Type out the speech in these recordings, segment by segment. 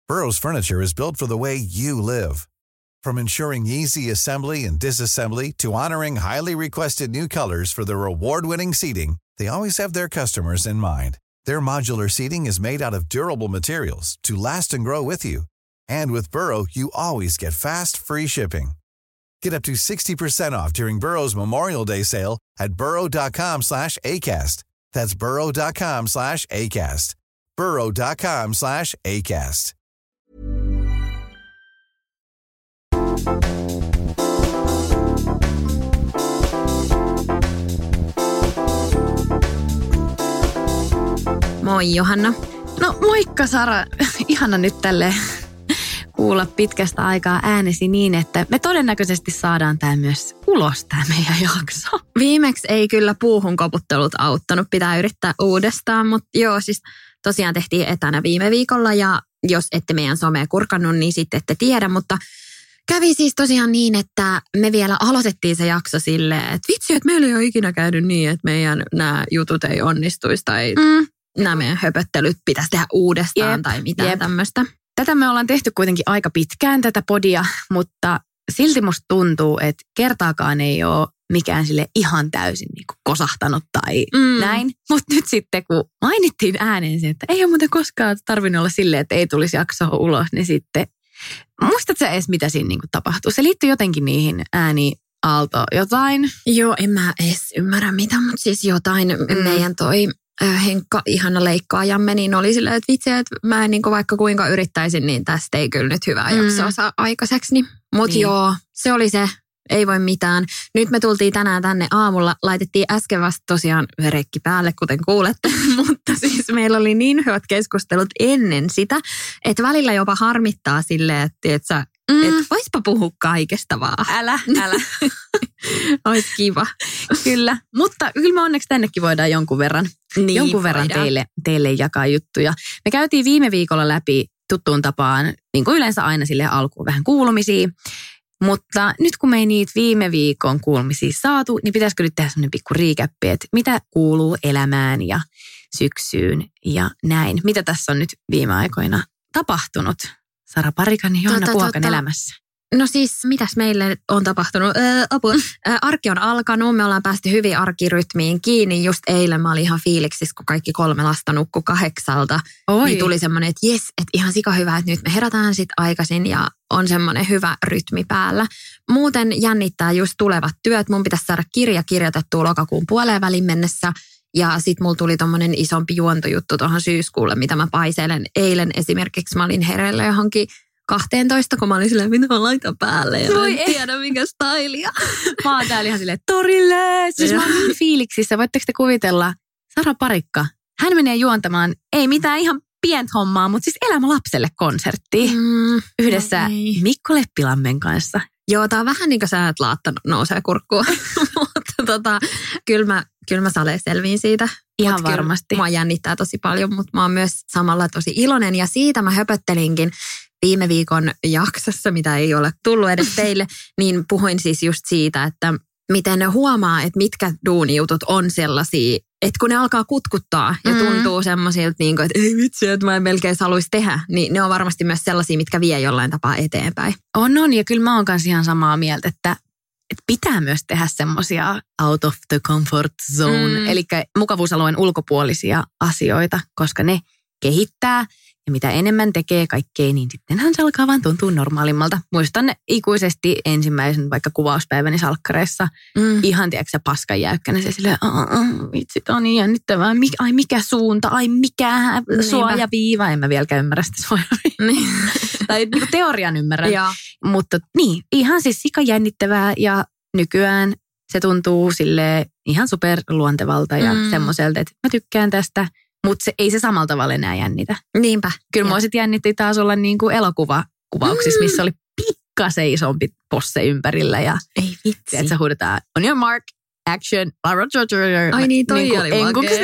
Burrow's furniture is built for the way you live. From ensuring easy assembly and disassembly to honoring highly requested new colors for their award-winning seating, they always have their customers in mind. Their modular seating is made out of durable materials to last and grow with you. And with Burrow, you always get fast, free shipping. Get up to 60% off during Burrow's Memorial Day sale at burrow.com/ACAST. That's burrow.com/ACAST. burrow.com/ACAST. Moi Johanna. No moikka Sara. Ihana nyt tälleen kuulla pitkästä aikaa äänesi niin, että me todennäköisesti saadaan tämä myös ulos tämä meidän jakso. Viimeksi ei kyllä puuhun koputtelut auttanut, pitää yrittää uudestaan, mutta joo siis tosiaan tehtiin etänä viime viikolla ja jos ette meidän somea kurkannut, niin sitten ette tiedä, mutta kävi siis tosiaan niin, että me vielä aloitettiin se jakso silleen, että vitsi, että meillä ei ole ikinä käynyt niin, että meidän nämä jutut ei onnistuisi tai nämä meidän höpöttelyt pitäisi tehdä uudestaan tai mitään tämmöistä. Tätä me ollaan tehty kuitenkin aika pitkään tätä podia, mutta silti musta tuntuu, että kertaakaan ei ole mikään sille ihan täysin niin kuin kosahtanut tai näin. Mutta nyt sitten kun mainittiin ääneen se, että ei ole muuten koskaan tarvinnut olla silleen, että ei tulisi jaksoa ulos, niin sitten muistatko sä edes mitä siinä niin kuin tapahtuu? Se liittyy jotenkin niihin ääniaalto jotain. Joo, en mä edes ymmärrä mitä, mutta siis jotain meidän toi Henkka, ihana leikkaajamme, niin oli silleen, että vitsi, että mä en niin kuin vaikka kuinka yrittäisin, niin tästä ei kyllä nyt hyvää jaksoa saa aikaiseksi. Mutta niin. Joo, se oli se, ei voi mitään. Nyt me tultiin tänään tänne aamulla, laitettiin äsken vasta tosiaan rekki päälle, kuten kuulette, mutta siis meillä oli niin hyvät keskustelut ennen sitä, että välillä jopa harmittaa silleen, että voispa puhua kaikesta vaan. Älä. Ois kiva. Kyllä, mutta kyllä me onneksi tännekin voidaan jonkun verran teille jakaa juttuja. Me käytiin viime viikolla läpi tuttuun tapaan, niin kuin yleensä aina sille alkuun vähän kuulumisia. Mutta nyt kun me ei niitä viime viikon kuulumisia saatu, niin pitäisikö nyt tehdä semmoinen pikku riikäppi, että mitä kuuluu elämään ja syksyyn ja näin. Mitä tässä on nyt viime aikoina tapahtunut Sara Parikan ja Johanna Puhakan elämässä? No siis, mitäs meille on tapahtunut? Apua. Arki on alkanut, me ollaan päästy hyvin arkirytmiin kiinni. Just eilen mä olin ihan fiiliksissä, kun kaikki 3 lasta nukkui 8:00. Niin tuli semmoinen, että jes, että ihan sika hyvä, että nyt me herätään sit aikaisin ja on semmoinen hyvä rytmi päällä. Muuten jännittää just tulevat työt. Mun pitäisi saada kirja kirjoitettua lokakuun puoleen välin mennessä. Ja sit mulla tuli tommonen isompi juontojuttu tuohon syyskuulle, mitä mä paiselen. Eilen esimerkiksi mä olin hereillä johonkin 12, kun mä olin silleen, mitä mä laitan päälle ja en tiedä minkä stylia. Mä oon täällä ihan silleen, torille! Siis mä oon niin fiiliksissä. Voitteko te kuvitella, Sara Parikka, hän menee juontamaan, ei mitään ihan pientä hommaa, mutta siis Elämä lapselle -konserttiin yhdessä Mikko Leppilammen kanssa. Joo, tää on vähän niin kuin sä et laattanut nousee kurkkuun, mutta kyllä mä saleen selviin siitä. Ihan varmasti. Mua jännittää tosi paljon, mutta mä oon myös samalla tosi iloinen ja siitä mä höpöttelinkin viime viikon jaksossa, mitä ei ole tullut edes teille, niin puhuin siis just siitä, että miten ne huomaa, että mitkä duunijutut on sellaisia, että kun ne alkaa kutkuttaa ja tuntuu semmoisilta, niin että ei vitsi, että mä en melkein haluaisi tehdä, niin ne on varmasti myös sellaisia, mitkä vie jollain tapaa eteenpäin. On, ja kyllä mä oon kanssa ihan samaa mieltä, että pitää myös tehdä semmoisia out of the comfort zone, eli mukavuusalueen ulkopuolisia asioita, koska ne kehittää. Ja mitä enemmän tekee kaikkea, niin sittenhän se alkaa vaan tuntua normaalimmalta. Muistan ikuisesti ensimmäisen vaikka kuvauspäiväni salkkareissa. Ihan tiedätkö paskan jäykkänä se silleen, vitsi, on niin jännittävää. Ai mikä suunta, ai mikä suojaviiva. En mä vieläkään ymmärrä sitä suojaviivaa. Tai niin teorian ymmärrän. Mutta niin, ihan siis sika jännittävää ja nykyään se tuntuu silleen ihan superluontevalta ja semmoiselta, että mä tykkään tästä. Mutta ei se samalla tavalla enää jännitä. Niinpä. Kyllä mua sitten jännitti taas olla niinku elokuvakuvauksissa, missä oli pikkasen isompi posse ympärillä. Ja ei vitsi. Että huudetaan, on your mark, action. Ai niin, toi niin oli makea.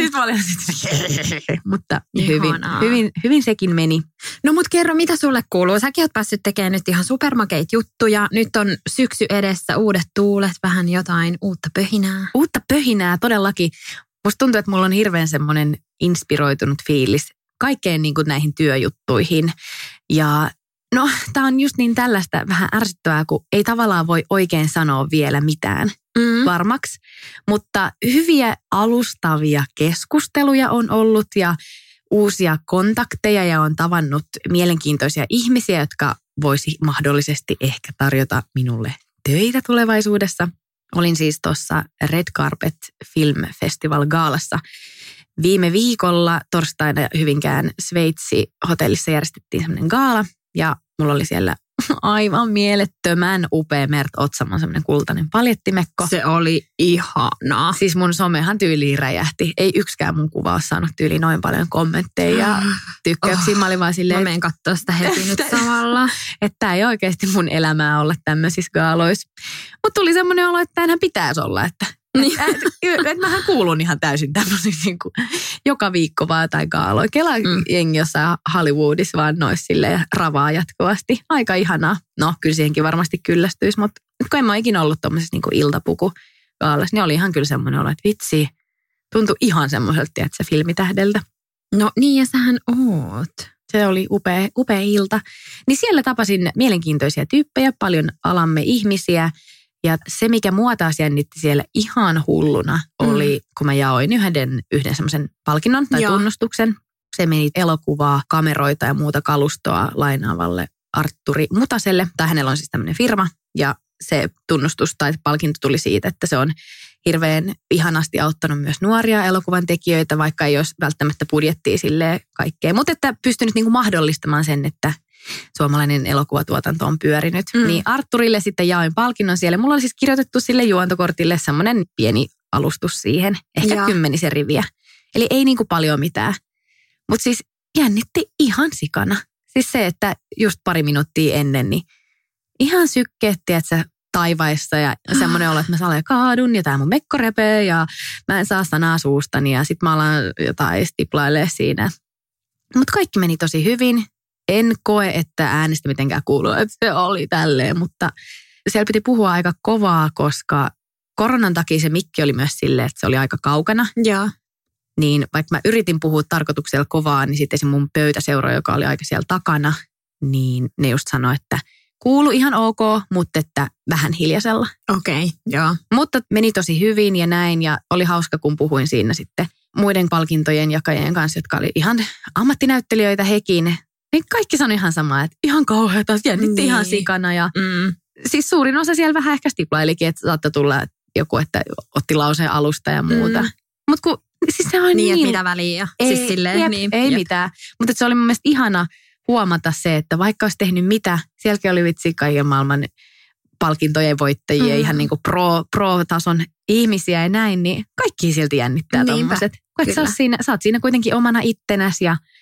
Mutta hyvin sekin meni. No mut kerro, mitä sulle kuuluu? Säkin oot päässyt tekemään nyt ihan supermakeit juttuja. Nyt on syksy edessä, uudet tuulet, vähän jotain uutta pöhinää. Uutta pöhinää, todellakin. Musta tuntuu, että mulla on hirveän semmoinen inspiroitunut fiilis kaikkeen niin kuin näihin työjuttuihin. Ja no, tämä on just niin tällaista vähän ärsyttävää, kun ei tavallaan voi oikein sanoa vielä mitään varmaksi. Mutta hyviä alustavia keskusteluja on ollut ja uusia kontakteja ja on tavannut mielenkiintoisia ihmisiä, jotka voisi mahdollisesti ehkä tarjota minulle töitä tulevaisuudessa. Olin siis tuossa Red Carpet Film Festival Gaalassa viime viikolla torstaina Hyvinkään Sveitsi-hotellissa järjestettiin semmoinen gaala ja mulla oli siellä aivan mielettömän upea Mert Otsamon semmoinen kultainen paljettimekko. Se oli ihanaa. Siis mun somehan tyyliin räjähti. Ei yksikään mun kuva ole saanut tyyliin noin paljon kommentteja ja tykkäyksiä. Mä olin vaan silleen, mä menen katsoa sitä heti nyt samalla. Että tää ei oikeasti mun elämää olla tämmöisissä gaaloissa. Mutta tuli semmoinen olo, että tämähän pitäisi olla, että mähän kuulun ihan täysin tämmöisiin niin kuin joka viikko vaan jotain gaaloja. Kela jengi jossain Hollywoodissa vaan nois silleen ravaa jatkuvasti. Aika ihanaa. No, kyllä siihenkin varmasti kyllästyisi, mutta kun en mä ikinä ollut tommosessa niin kuin iltapuku-gaalassa, niin oli ihan kyllä semmoinen olo, että vitsi, tuntui ihan semmoiselta, tiedätkö, filmitähdeltä. No niin, ja sähän oot. Se oli upea ilta. Niin siellä tapasin mielenkiintoisia tyyppejä, paljon alamme ihmisiä. Ja se, mikä mua taas jännitti siellä ihan hulluna, oli, kun mä jaoin yhden semmoisen palkinnon tai tunnustuksen. Se meni elokuvaa, kameroita ja muuta kalustoa lainaavalle Artturi Mutaselle. Tai hänellä on siis tämmöinen firma. Ja se tunnustus tai palkinto tuli siitä, että se on hirveän ihanasti auttanut myös nuoria elokuvan tekijöitä, vaikka ei olisi välttämättä budjettia silleen kaikkea. Mutta että pystynyt niinku mahdollistamaan sen, että suomalainen elokuvatuotanto on pyörinyt. Niin Artturille sitten jaoin palkinnon siellä. Mulla oli siis kirjoitettu sille juontokortille semmoinen pieni alustus siihen. Ehkä 10 riviä. Eli ei niinku paljon mitään. Mutta siis jännitti ihan sikana. Siis se, että just pari minuuttia ennen, niin ihan sykkeetti, että sä taivaissa ja semmoinen olo, että mä salen kaadun ja tää mun mekko repee ja mä en saa sanaa suustani ja sit mä alan jotain stiplailee siinä. Mutta kaikki meni tosi hyvin. En koe, että äänestä mitenkään kuuluu, että se oli tälleen, mutta siellä piti puhua aika kovaa, koska koronan takia se mikki oli myös silleen, että se oli aika kaukana. Joo. Niin vaikka mä yritin puhua tarkoituksella kovaa, niin sitten se mun pöytäseura, joka oli aika siellä takana, niin ne just sanoi, että kuulu ihan ok, mutta että vähän hiljaisella. Okei, joo. Mutta meni tosi hyvin ja näin ja oli hauska, kun puhuin siinä sitten muiden palkintojen jakajien kanssa, jotka oli ihan ammattinäyttelijöitä hekin. Niin kaikki sanoi ihan samaa, että ihan kauheata, jännitti ihan sikana ja siis suurin osa siellä vähän ehkä stiplailikin, että saattoi tulla joku, että otti lauseen alusta ja muuta. Mutta kun siis se on niin, että mitä väliä. Ei, siis silleen, ei mitään. Mutta se oli mun mielestä ihana huomata se, että vaikka olisi tehnyt mitä, sielläkin oli vitsi kaiken maailman palkintojen voittajia, ihan niin kuin pro-tason ihmisiä ja näin, niin kaikki silti jännittää tommoset. Sä oot siinä kuitenkin omana ittenäsi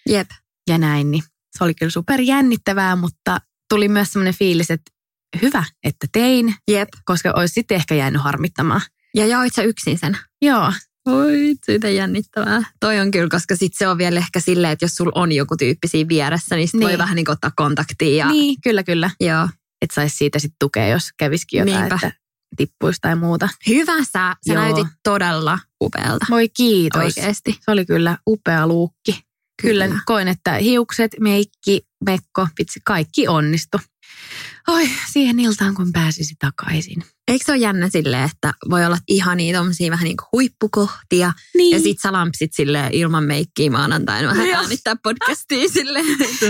ja näin, niin se oli kyllä super jännittävää, mutta tuli myös semmoinen fiilis, että hyvä, että tein, koska olisi sitten ehkä jäänyt harmittamaan. Ja jaoit sä yksin sen? Joo. Oi, siitä jännittävää. Toi on kyllä, koska sit se on vielä ehkä silleen, että jos sulla on joku tyyppi siinä vieressä, niin sit voi vähän niin kuin ottaa kontaktia. Ja... Niin, kyllä. Joo. Että saisi siitä sitten tukea, jos kävisikin jotain, että tippuisi tai muuta. Hyvä sä näytit todella upealta. Voi kiitos. Oikeesti. Se oli kyllä upea luukki. Kyllä koin, että hiukset, meikki, mekko, vitsi, kaikki onnistui. Oi, siihen iltaan kun pääsisi takaisin. Eikö se ole jännä silleen, että voi olla ihania tommosia vähän niin kuin huippukohtia. Niin. Ja sit sä lampsit silleen ilman meikkiä maanantaina vähän äänittää podcastia silleen.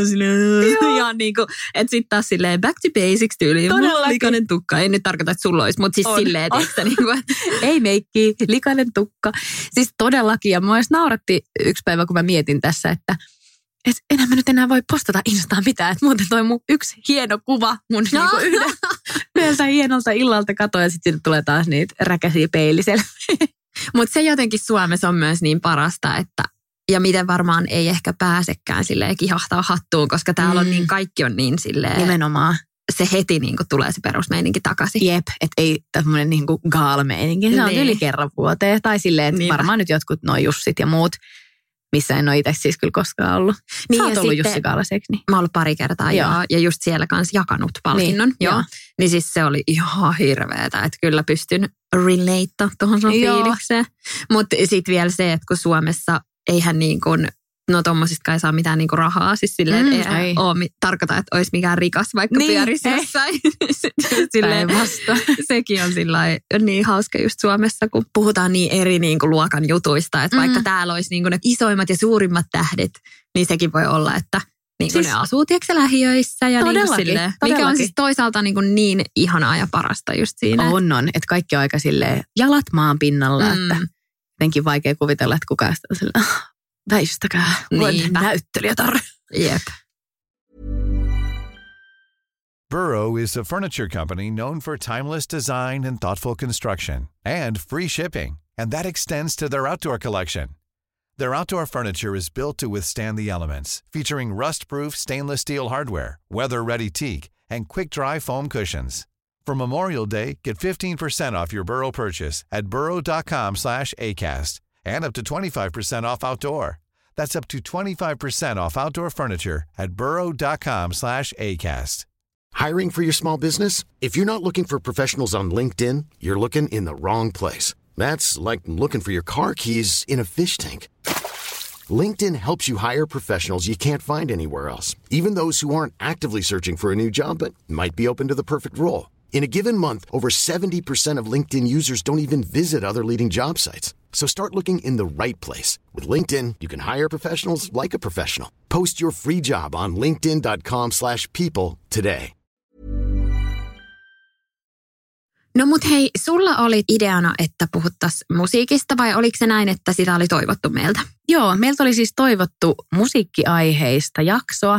Ihan niin kuin, että sit taas silleen back to basics tyyliin. Mulla on likainen tukka. En nyt tarkoita, että sulla olisi, mutta siis silleen, että niin kuin, ei meikkiä, likainen tukka. Siis todellakin, ja mua edes nauratti yksi päivä, kun mä mietin tässä, että enää mä nyt enää voi postata Instaan mitään, että muuten toi mun yksi hieno kuva mun niinku yhdeltä hienolta illalta katoa ja sitten tulee taas niitä räkäisiä peilisellä. Mutta se jotenkin Suomessa on myös niin parasta, että ja miten varmaan ei ehkä pääsekään silleen kihahtaa hattuun, koska täällä on niin, kaikki on niin silleen. Nimenomaan. Se heti niinku tulee se perusmeininki takaisin. Jep, että ei tämmöinen niinku gaal-meininki. Se on yli kerran vuoteen. Tai silleen, että varmaan nyt jotkut noi Jussit ja muut, missä en ole itse siis kyllä koskaan ollut. Niin, sä oot ollut Jussi Gaalaseksi. Niin. Mä oon ollut pari kertaa ja just siellä kanssa jakanut palkinnon. Niin, joo. Niin siis se oli ihan hirveetä, että kyllä pystyn relate tuohon sun fiilikseen. Mutta sitten vielä se, että kun Suomessa eihän niin kuin No tommosista ei saa mitään niinku rahaa, siis silleen, että ei tarkoita, että olisi mikään rikas, vaikka pyörisi jossain. Silleen, sekin on niin hauska just Suomessa, kun puhutaan niin eri niinku luokan jutuista, että vaikka täällä olisi niinku ne isoimmat ja suurimmat tähdet, niin sekin voi olla, että niinku siis, ne asuu tiedätkö lähiöissä ja niinku silleen, mikä on siis toisaalta niin ihanaa ja parasta just siinä. On, että kaikki on aika silleen jalat maan pinnalla, että jotenkin vaikea kuvitella, että kukaan on silleen, väistäkää, näyttelijätar. Jep. Burrow is a furniture company known for timeless design and thoughtful construction and free shipping, and that extends to their outdoor collection. Their outdoor furniture is built to withstand the elements, featuring rust-proof stainless steel hardware, weather-ready teak, and quick-dry foam cushions. For Memorial Day, get 15% off your Burrow purchase at burrow.com/ACAST and up to 25% off outdoor. That's up to 25% off outdoor furniture at burrow.com/ACAST. Hiring for your small business? If you're not looking for professionals on LinkedIn, you're looking in the wrong place. That's like looking for your car keys in a fish tank. LinkedIn helps you hire professionals you can't find anywhere else, even those who aren't actively searching for a new job but might be open to the perfect role. In a given month, over 70% of LinkedIn users don't even visit other leading job sites. So start looking in the right place. With LinkedIn, you can hire professionals like a professional. Post your free job on linkedin.com/people today. No mut hei, sulla oli ideana, että puhuttaisiin musiikista vai oliko se näin, että sitä oli toivottu meiltä? Joo, meiltä oli siis toivottu musiikkiaiheista jaksoa.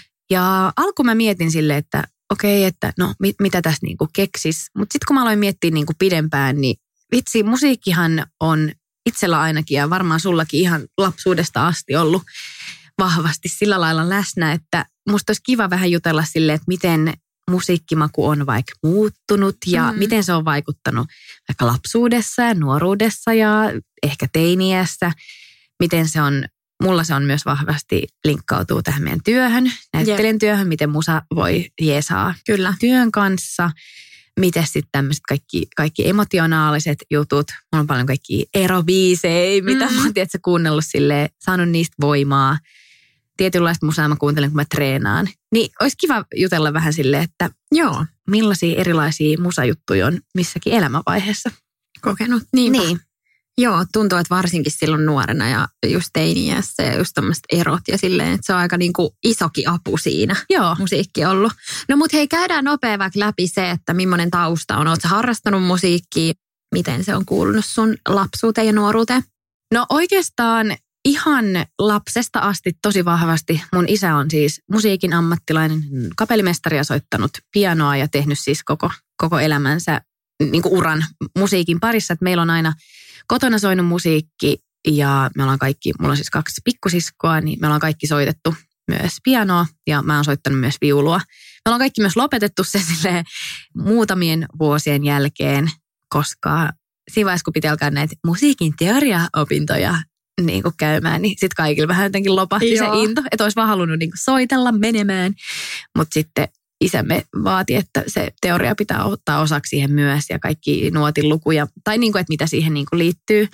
Ja alkuun mä mietin silleen, että okei, että no mitä tässä niinku keksis. Mutta sitten kun mä aloin miettiä niinku pidempään, niin vitsi, musiikkihan on itsellä ainakin ja varmaan sullakin ihan lapsuudesta asti ollut vahvasti sillä lailla läsnä, että musta olisi kiva vähän jutella silleen, että miten musiikkimaku on vaikka muuttunut ja miten se on vaikuttanut vaikka lapsuudessa ja nuoruudessa ja ehkä teiniässä. Miten se on, mulla se on myös vahvasti linkkautuu tähän meidän työhön, näyttelijän työhön, miten musa voi jeesaa Kyllä. työn kanssa. Miten sitten tämmöiset kaikki emotionaaliset jutut. Mulla on paljon kaikkia erobiisejä, mitä mä oon tietysti kuunnellut silleen, saanut niistä voimaa. Tietynlaista musaa mä kuuntelen, kun mä treenaan. Niin olisi kiva jutella vähän silleen, että joo, millaisia erilaisia musajuttuja on missäkin elämänvaiheessa kokenut. Niin. Joo, tuntuu, että varsinkin silloin nuorena ja just teiniässä ja just tämmöiset erot ja silleen, että se on aika niin kuin isokin apu siinä. Joo. Musiikki ollut. No mut hei, käydään nopea vaikka läpi se, että millainen tausta on. Ootko harrastanut musiikkia? Miten se on kuulunut sun lapsuuteen ja nuoruuteen? No oikeastaan ihan lapsesta asti tosi vahvasti. Mun isä on siis musiikin ammattilainen, kapellimestari ja soittanut pianoa ja tehnyt siis koko elämänsä niin kuin uran musiikin parissa. Että meillä on aina kotona soinut musiikki ja me ollaan kaikki, mulla on siis 2 pikkusiskoa, niin me ollaan kaikki soitettu myös pianoa ja mä oon soittanut myös viulua. Me ollaan kaikki myös lopetettu se silleen muutamien vuosien jälkeen, koska siinä vaiheessa, kun piti alkaa näitä musiikin teoriaopintoja niin kuin käymään, niin sitten kaikilla vähän jotenkin lopahti se into, että olisi vaan halunnut niin kuin soitella menemään, mutta sitten isämme vaati, että se teoria pitää ottaa osaksi siihen myös ja kaikki nuotin lukuja, tai niin kuin, että mitä siihen niin kuin liittyy,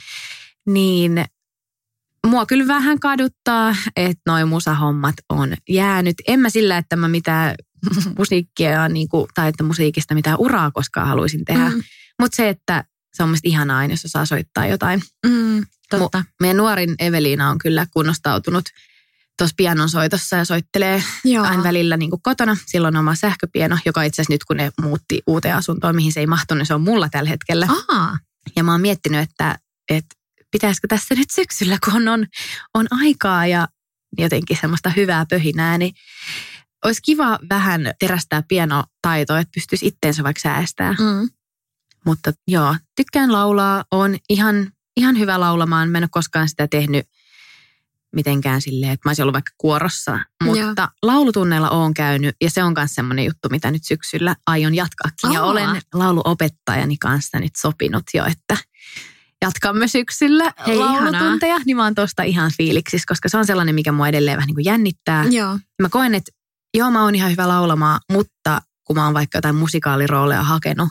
niin mua kyllä vähän kaduttaa, että noi musahommat on jäänyt. En mä sillä, että mä mitään musiikkia niin kuin, tai että musiikista mitään uraa koskaan haluaisin tehdä, mutta se, että se on mielestäni ihanaa, jos osaa soittaa jotain. Totta. Meidän nuorin Eveliina on kyllä kunnostautunut tuossa pianon soitossa ja soittelee aina välillä niin kuin kotona. Silloin on oma sähköpiano, joka itse asiassa nyt kun ne muutti uuteen asuntoon, mihin se ei mahtunut, niin se on mulla tällä hetkellä. Aha. Ja mä oon miettinyt, että pitäisikö tässä nyt syksyllä, kun on aikaa ja jotenkin semmoista hyvää pöhinää, niin olisi kiva vähän terästää pianotaitoa, että pystyisi itteensä vaikka säästää. Mutta joo, tykkään laulaa, on ihan hyvä laulamaan. Mä en ole koskaan sitä tehnyt mitenkään silleen, että mä olisin ollut vaikka kuorossa. Mutta laulutunneilla oon käynyt ja se on myös semmoinen juttu, mitä nyt syksyllä aion jatkaakin. Ja olen lauluopettajani kanssa nyt sopinut jo, että jatkamme syksyllä laulutunteja. Niin mä oon tosta ihan fiiliksissä, koska se on sellainen, mikä mua edelleen vähän niin kuin jännittää. Joo. Mä koen, että mä oon ihan hyvä laulamaan, mutta kun mä oon vaikka jotain musikaalirooleja hakenut,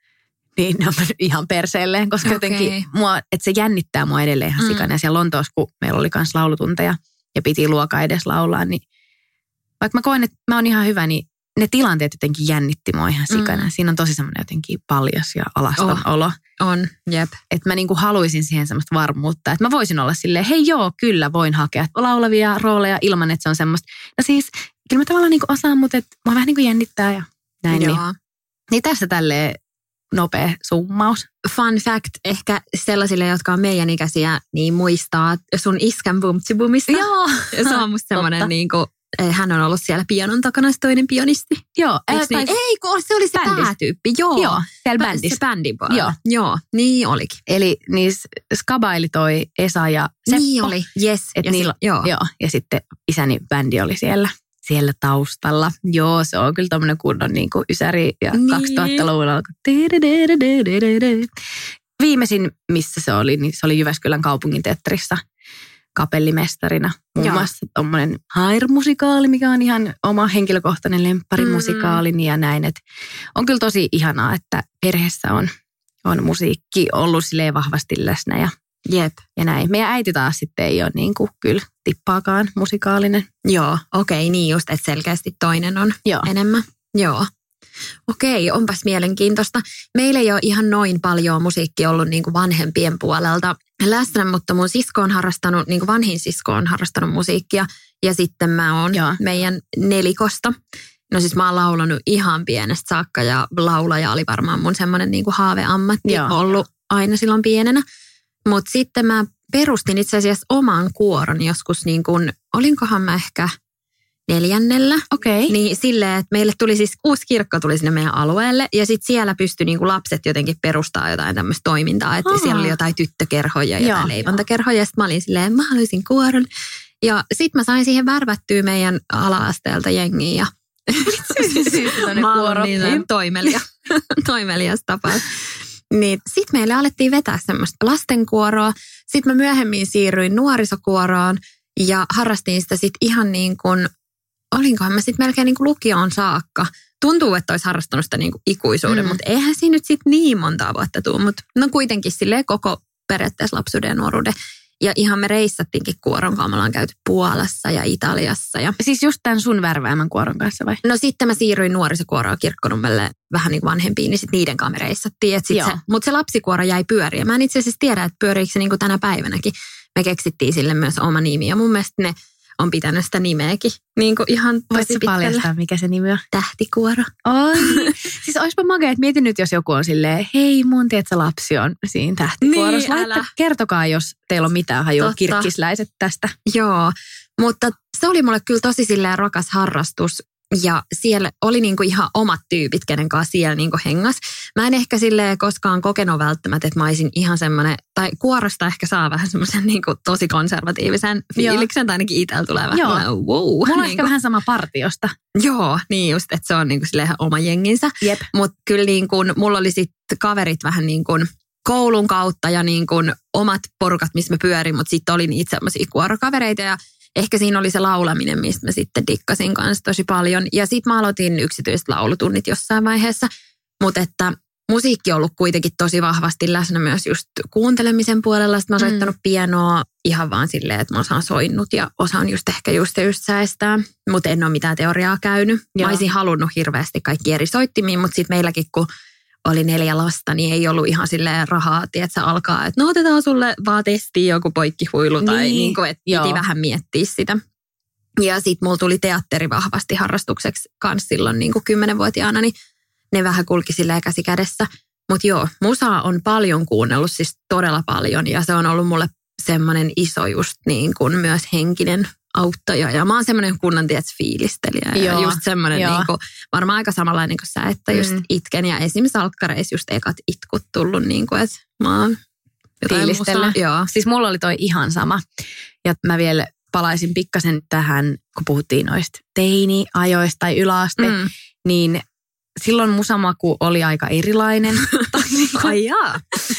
niin ne on ihan perseelleen, koska jotenkin että se jännittää mua edelleen ihan sikana. Ja siellä Lontoossa, kun meillä oli myös laulutunteja, ja piti luokaa edes laulaa, niin vaikka mä koen, että mä oon ihan hyvä, niin ne tilanteet jotenkin jännitti mua ihan sikana. Siinä on tosi semmoinen jotenkin paljas ja alaston olo. On, jep. Että mä niinku haluaisin siihen semmoista varmuutta, että mä voisin olla silleen, hei joo, kyllä voin hakea laulavia rooleja ilman, että se on semmoista. No siis, kyllä mä tavallaan niinku osaan, mutta että mä vähän niinku jännittää ja näin. Niin tässä tälleen nopea summaus. Fun fact, ehkä sellaisille, jotka on meidän ikäisiä, niin muistaa sun iskän Bumtsibumista. Joo. Se on musta semmoinen niinku, hän on ollut siellä pianon takana se toinen pianisti. Joo. Niin? Ei, kun se oli se päätyyppi. Joo, siellä bändissä. Se bändin puolella. Joo, niin olikin. Eli niissä skabaili toi Esa ja Seppo. Niin oli, yes. Joo. Ja sitten isäni bändi oli siellä taustalla. Joo, se on kyllä tommoinen kunnon niin kuin ysäri ja niin. 2000-luvulla alkoi. Viimeisin, missä se oli, niin se oli Jyväskylän kaupunginteatterissa kapellimestarina. Muun muassa tommoinen Hair-musikaali, mikä on ihan oma henkilökohtainen lempparimusikaalini ja näin. Et on kyllä tosi ihanaa, että perheessä on musiikki ollut silleen vahvasti läsnä ja näin. Meidän äiti taas sitten ei ole niin kuin kyllä tippaakaan musikaalinen. Joo, okei, niin just, että selkeästi toinen on enemmän. Joo. Okei, onpas mielenkiintoista. Meillä ei ole ihan noin paljon musiikkia ollut niin kuin vanhempien puolelta läsnä, mutta mun sisko on harrastanut, niin kuin vanhin sisko on harrastanut musiikkia ja sitten mä oon meidän nelikosta. No siis mä oon laulanut ihan pienestä saakka ja laulaja oli varmaan mun semmoinen niin kuin haaveammatti ollut aina silloin pienenä. Mutta sitten mä perustin itse asiassa oman kuoron joskus niin kuin, olinkohan mä ehkä 4. Okei. Niin silleen, että meille tuli siis uusi kirkko tuli sinne meidän alueelle ja sitten siellä pystyi niin kuin lapset jotenkin perustaa jotain tämmöistä toimintaa. Että siellä oli jotain tyttökerhoja ja jotain leivontakerhoja ja sitten mä olin silleen, mä haluaisin kuoron. Ja sitten mä sain siihen värvättyä meidän ala-asteelta jengiä ja mä olen niin toimelias tapaus. Niin sitten meille alettiin vetää semmoista lastenkuoroa. Sitten mä myöhemmin siirryin nuorisokuoroon ja harrastin sitä sitten ihan niin kuin, olinkohan mä sitten melkein niin kuin lukioon saakka. Tuntuu, että olisi harrastanut sitä niin kuin ikuisuuden, mutta eihän siinä nyt sitten niin montaa vuotta tule. Mutta no kuitenkin silleen koko periaatteessa lapsuuden ja nuoruuden. Ja ihan me reissattiinkin kuoron kanssa. Me ollaan käyty Puolassa ja Italiassa. Ja siis just tämän sun värväämän kuoron kanssa vai? No sitten mä siirryin nuorisokuoroon Kirkkonummelle vähän niin kuin vanhempiin, niin sitten niiden kanssa me reissattiin. Mutta se lapsikuoro jäi pyöriä. Mä en itse asiassa tiedä, että pyöriikö se niin kuin tänä päivänäkin. Me keksittiin sille myös oma nimi ja mun mielestä ne on pitänyt sitä nimeäkin niin kuin ihan tosi pitkällä. Voitko paljastaa, mikä se nimi on? Tähtikuoro. Oi, siis olisipa makea, että mietin nyt, jos joku on silleen, hei mun tiedätkö lapsi on siinä Tähtikuorossa. Niin, kertokaa, jos teillä on mitään hajua kirkkisläiset tästä. Joo, mutta se oli mulle kyllä tosi silleen rakas harrastus. Ja siellä oli niinku ihan omat tyypit, kenen kanssa siellä niinku hengas. Mä en ehkä silleen koskaan kokenut välttämättä, että mä olisin ihan semmoinen, tai kuorosta ehkä saa vähän semmoisen niinku tosi konservatiivisen fiiliksen, tai ainakin itsellä tulee vähän wow. Mulla on ehkä vähän sama partiosta. Joo, niin just, että se on niinku silleen ihan oma jenginsä. Mutta kyllä niinku, mulla oli sitten kaverit vähän niin kuin koulun kautta ja niinku omat porukat, missä mä pyörin, mutta sitten oli niitä semmoisia kuorokavereita ja ehkä siinä oli se laulaminen, mistä mä sitten dikkasin kanssa tosi paljon. Ja sitten mä aloitin yksityiset laulutunnit jossain vaiheessa. Mutta että musiikki on ollut kuitenkin tosi vahvasti läsnä myös just kuuntelemisen puolella. Sitten mä oon soittanut pianoa ihan vaan silleen, että mä osaan soinnut ja osaan just ehkä just säestää. Mutta en ole mitään teoriaa käynyt. Mä olisin halunnut hirveästi kaikki eri soittimiin, mutta sitten meilläkin kun oli 4 lasta, niin ei ollut ihan silleen rahaa, tiedätkö, alkaa, että no otetaan sulle vaan testiin joku poikkihuilu tai niin kuin, että piti vähän miettiä sitä. Ja sitten mulla tuli teatteri vahvasti harrastukseksi kanssa silloin niin kuin 10-vuotiaana, niin ne vähän kulki silleen käsi kädessä. Mutta joo, musaa on paljon kuunnellut, siis todella paljon ja se on ollut mulle semmoinen iso just niin kuin myös henkinen auttaja. Ja mä oon semmoinen kunnan fiilistelijä. Ja just semmoinen niinku, varmaan aika samanlainen kuin sä, että just itken. Ja esimerkiksi salkkareissa just ekat itkut tullut, niinku, että mä oon fiilistellyt. Siis mulla oli toi ihan sama. Ja mä vielä palaisin pikkasen tähän, kun puhuttiin noista teini-ajoista tai yläaste, niin silloin musamaku oli aika erilainen. Ai jaa.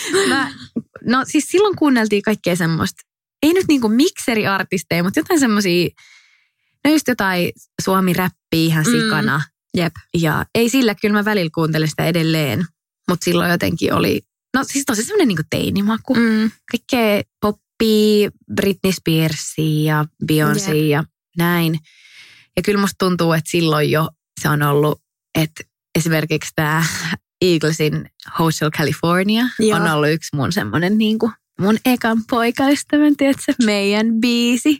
No siis silloin kuunneltiin kaikkea semmoista, ei nyt niinku mikseriartisteja, mutta jotain semmoisia, no just jotain suomi-räppiä ihan sikana. Ja ei sillä, kyllä mä välillä kuuntelin sitä edelleen, mutta silloin jotenkin oli, no siis tosi semmoinen niinku teinimaku. Kaikkea poppia hyppii Britney Spearsia ja Beyoncé ja näin. Ja kyllä musta tuntuu, että silloin jo se on ollut, että esimerkiksi tämä Eaglesin Hotel California on ollut yksi mun semmoinen niin kuin mun ekan poikaystävän, tiedätkö, meidän biisi.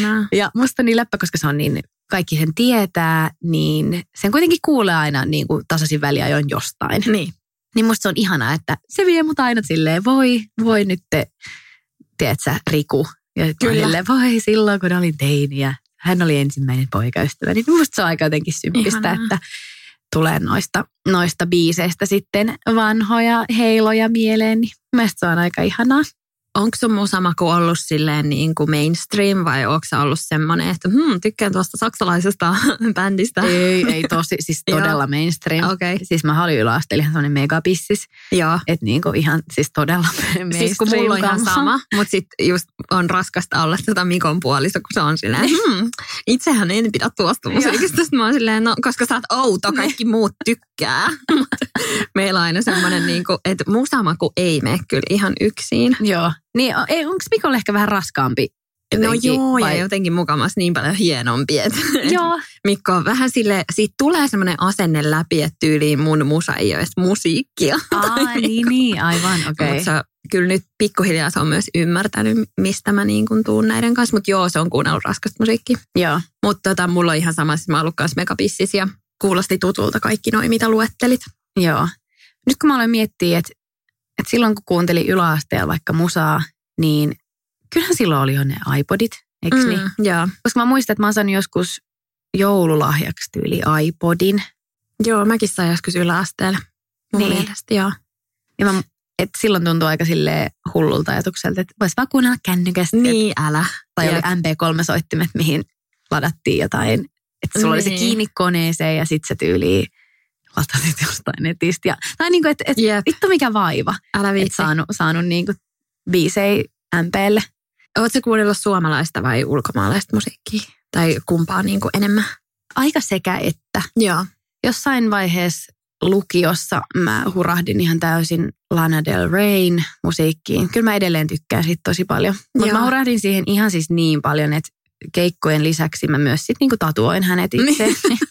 Ja musta on niin läppä, koska se on niin, kaikki sen tietää, niin sen kuitenkin kuulee aina niin kuin tasaisin väliajoin jostain. Niin musta se on ihanaa, että se vie mut aina silleen, voi nyt, tiedätkö, Riku. Ja silleen, voi silloin, kun olin teini ja hän oli ensimmäinen poikaystävä. Niin musta se on aika jotenkin sympistä, että tulee noista biiseistä sitten vanhoja heiloja mieleen. Niin mielestäni se on aika ihanaa. Onko sun musamaku ollut silleen niin kuin mainstream vai onko se ollut semmoinen, että tykkään tuosta saksalaisesta bändistä? Ei tosi, siis todella mainstream. Okay. Siis mä olin yläasteella ihan semmoinen megapissis. Että niin kuin ihan siis todella mainstream. Siis kun mulla on ihan sama, mutta sitten just on raskasta olla sitä Mikon puolista, kun se on silleen, itsehän en pidä tuosta musiikista. Sitten mä oon silleen, no koska sä oot outo, kaikki muut tykkää. Meillä on aina semmoinen, niin kuin, että musamaku ei mene kyllä ihan yksin. Joo. Niin, onko Mikolle ehkä vähän raskaampi? Jotenkin, no joo, ja jotenkin mukamas niin paljon hienompi, että Mikko on vähän silleen, siitä tulee semmoinen asenne läpi, että tyyliin mun musa ei ole edes musiikkia. Niin, aivan, okei. Mutta kyllä nyt pikkuhiljaa se on myös ymmärtänyt, mistä mä niin kuin tuun näiden kanssa, mutta joo, se on kuunnellut raskasta musiikkia. Joo. Mutta mulla on ihan sama, siis mä oon ollut kanssa megapissis ja kuulosti tutulta kaikki noi, mitä luettelit. Joo. Nyt kun mä aloin miettiä, että silloin kun kuuntelin yläasteella vaikka musaa, niin kyllähän silloin oli jo ne iPodit, eikö niin? Joo. Koska mä muistan, että mä sain joskus joululahjaksi tyyli iPodin. Joo, mäkin sain joskus yläasteella mun mielestä, joo. Ja että silloin tuntui aika silleen hullulta ajatukselta, että vois vaan kuunnella kännykästä. Niin, älä. Tai oli MP3-soittimet, mihin ladattiin jotain. Että sulla oli se kiinni koneeseen ja sit se tyyli latasit jostain netistä. Tai niin kuin, että vittu mikä vaiva. Älä viitsi. Että saanut niin kuin biisejä MP:lle. Ootko kuunnellut suomalaista vai ulkomaalaista musiikkia? Tai kumpaa niin kuin enemmän? Aika sekä että. Joo. Jossain vaiheessa lukiossa mä hurahdin ihan täysin Lana Del Reyn musiikkiin. Kyllä mä edelleen tykkään siitä tosi paljon. Mutta mä hurahdin siihen ihan siis niin paljon, että keikkojen lisäksi mä myös sit niinku tatuoin hänet itse.